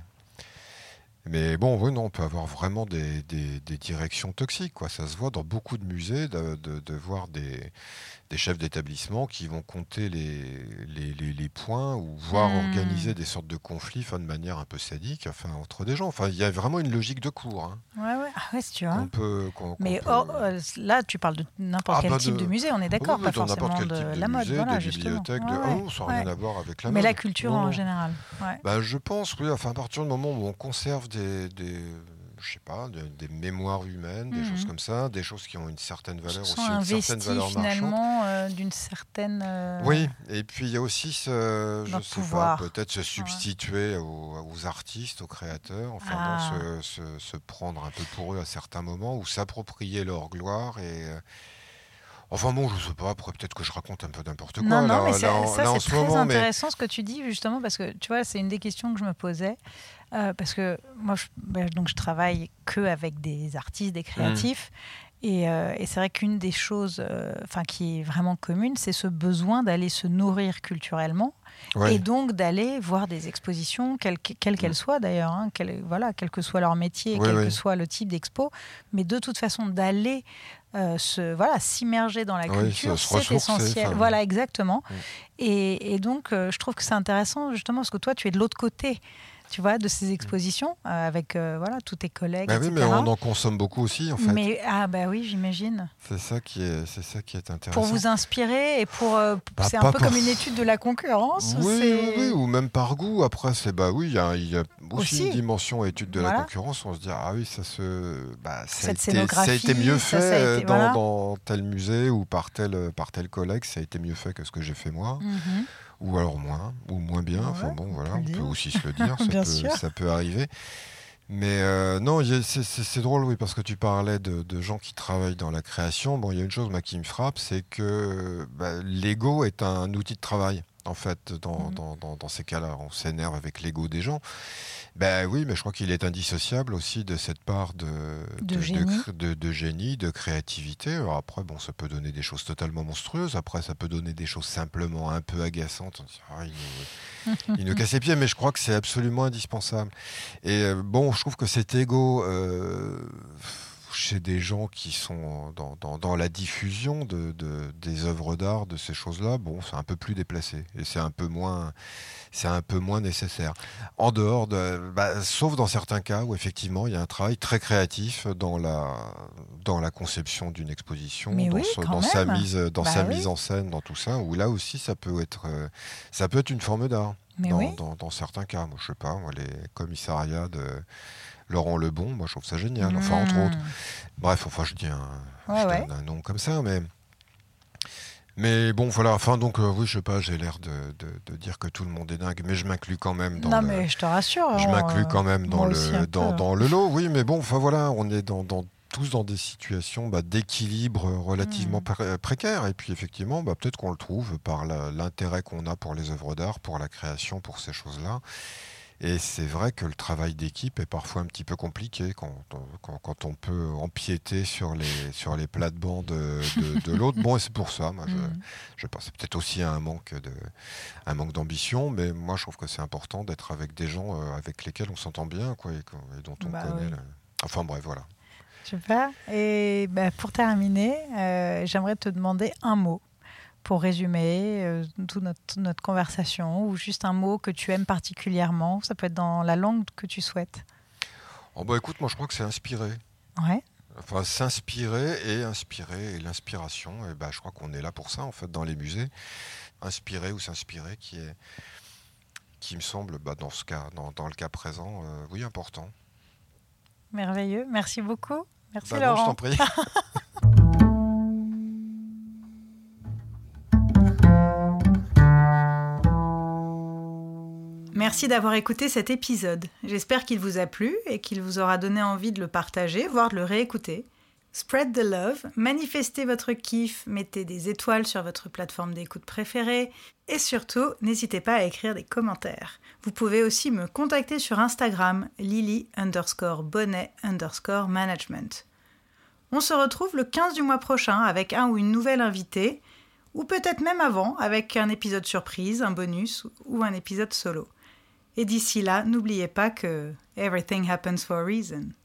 mais bon, oui, non, on peut avoir vraiment des, des, des directions toxiques, quoi. Ça se voit dans beaucoup de musées de, de, de voir des, des chefs d'établissement qui vont compter les, les, les, les points ou voire Hmm. organiser des sortes de conflits enfin, de manière un peu sadique enfin, entre des gens. Enfin, il y a vraiment une logique de cours hein, Ouais, ouais. Ah ouais, si tu vois. qu'on peut... Qu'on, qu'on Mais peut... oh, euh, là, tu parles de n'importe Ah, quel bah type de... de musée, on est d'accord, oui, pas dans n'importe forcément quel de type de la mode, musée, voilà, de justement. bibliothèque, Ouais, de... ouais, oh, ça n'a ouais. rien à voir avec la Mais mode. la culture Non, en non. général. Ouais. Bah, je pense, oui, enfin, à partir du moment où on conserve des, des je sais pas, des, des mémoires humaines, des Mhm. choses comme ça, des choses qui ont une certaine valeur Ce aussi, sont un une certaine vestige valeur marchande. finalement euh, d'une certaine. euh, Oui, et puis il y a aussi ce, je Notre sais pouvoir. pas, peut-être se substituer aux, aux artistes, aux créateurs, enfin Ah. bon, se, se, se prendre un peu pour eux à certains moments, ou s'approprier leur gloire et... euh, Enfin bon, je sais pas, après peut-être que je raconte un peu n'importe quoi Non, non, là, mais là, ça, en, ça, là en c'est ce très moment, mais intéressant ce que tu dis justement parce que tu vois, c'est une des questions que je me posais euh, parce que moi, je, ben, donc je travaille que avec des artistes, des créatifs. Et, euh, et c'est vrai qu'une des choses euh, enfin, qui est vraiment commune, c'est ce besoin d'aller se nourrir culturellement ouais. et donc d'aller voir des expositions, quelles quelles qu'elles soient d'ailleurs, hein, quel, voilà, quel que soit leur métier, Ouais, quel ouais. que soit le type d'expo, mais de toute façon d'aller euh, se, voilà, s'immerger dans la Ouais, culture, se- se c'est ressourcer, essentiel. enfin. Voilà, exactement. Mm. Et, et donc, euh, je trouve que c'est intéressant justement parce que toi, tu es de l'autre côté. Tu vois, de ces expositions euh, avec euh, voilà tous tes collègues, Bah et oui, cetera. mais on en consomme beaucoup aussi en fait. Mais ah bah oui, j'imagine. C'est ça qui est, c'est ça qui est intéressant. Pour vous inspirer et pour euh, Bah, c'est un pas peu pour- comme une étude de la concurrence. Oui, ou c'est... oui, oui, ou même par goût. Après, c'est bah oui, il y a, il y a aussi, Aussi. une dimension étude de Voilà. la concurrence. On se dit ah oui, ça se, bah, ça, a Cette été, ça a été mieux scénographie, ça, fait ça a euh, été- dans, voilà. dans tel musée ou par tel par tel collègue, ça a été mieux fait que ce que j'ai fait moi. Mhm. Ou alors moins, ou moins bien. Ouais, Enfin bon, on voilà, peut le on peut dire. aussi se le dire, ça, Bien peut, sûr. ça peut arriver. Mais euh, non, il y a- c'est- c'est c'est drôle, oui, parce que tu parlais de, de gens qui travaillent dans la création. Bon, il y a une chose moi, qui me frappe, c'est que bah, l'ego est un outil de travail. En fait, dans, Mhm. dans, dans, dans ces cas-là, on s'énerve avec l'ego des gens. Ben oui, mais je crois qu'il est indissociable aussi de cette part de, De génie. cré- de, de génie, de créativité. Alors après, bon, ça peut donner des choses totalement monstrueuses. Après, ça peut donner des choses simplement un peu agaçantes. On dit, ah, il, nous, il nous casse les pieds, mais je crois que c'est absolument indispensable. Et euh, bon, je trouve que cet ego... euh, chez des gens qui sont dans, dans, dans la diffusion de, de, des œuvres d'art, de ces choses-là, bon, c'est un peu plus déplacé et c'est un peu moins, c'est un peu moins nécessaire. En dehors de, bah, sauf dans certains cas où effectivement il y a un travail très créatif dans la, dans la conception d'une exposition, Mais dans, oui, ce- quand dans sa même. mise, dans Bah sa oui. mise en scène, dans tout ça, où là aussi ça peut être, euh, ça peut être une forme d'art. Mais Dans, oui. dans, dans certains cas, moi je sais pas, moi, les commissariats de Laurent Lebon, moi je trouve ça génial, enfin mmh. entre autres. Bref, enfin je dis un, ouais, je ouais. donne un nom comme ça, mais... Mais bon, voilà, enfin, donc, euh, oui, je sais pas, j'ai l'air de, de, de dire que tout le monde est dingue, mais je m'inclus quand même dans non, le... mais je te rassure. Je on, m'inclus quand même dans le, dans, peu. dans le lot, oui, mais bon, enfin voilà, on est dans, dans, tous dans des situations bah, d'équilibre relativement mmh. précaires, et puis effectivement, bah, peut-être qu'on le trouve par la, l'intérêt qu'on a pour les œuvres d'art, pour la création, pour ces choses-là. Et c'est vrai que le travail d'équipe est parfois un petit peu compliqué quand, quand, quand on peut empiéter sur les, sur les plates-bandes de, de, de l'autre. Bon, et c'est pour ça, moi, je, je pense. C'est peut-être aussi un manque, de, un manque d'ambition, mais moi, je trouve que c'est important d'être avec des gens avec lesquels on s'entend bien, quoi, et, et dont on bah, connaît. Oui. La... Enfin, bref, voilà. Super. Et bah, pour terminer, euh, j'aimerais te demander un mot pour résumer euh, toute notre, notre conversation, ou juste un mot que tu aimes particulièrement. Ça peut être dans la langue que tu souhaites. Oh bah écoute, moi je crois que c'est inspirer. Ouais. Enfin, s'inspirer et inspirer, et l'inspiration, et bah, je crois qu'on est là pour ça, en fait, dans les musées. Inspirer ou s'inspirer, qui est, qui me semble, bah, dans, ce cas, dans, dans le cas présent, euh, oui, important. Merveilleux. Merci beaucoup. Merci bah Laurent. Non, je t'en prie. Merci d'avoir écouté cet épisode. J'espère qu'il vous a plu et qu'il vous aura donné envie de le partager, voire de le réécouter. Spread the love, manifestez votre kiff, mettez des étoiles sur votre plateforme d'écoute préférée et surtout, n'hésitez pas à écrire des commentaires. Vous pouvez aussi me contacter sur Instagram, lily underscore bonnet underscore management. On se retrouve le quinze du mois prochain avec un ou une nouvelle invitée, ou peut-être même avant avec un épisode surprise, un bonus ou un épisode solo. Et d'ici là, n'oubliez pas que everything happens for a reason.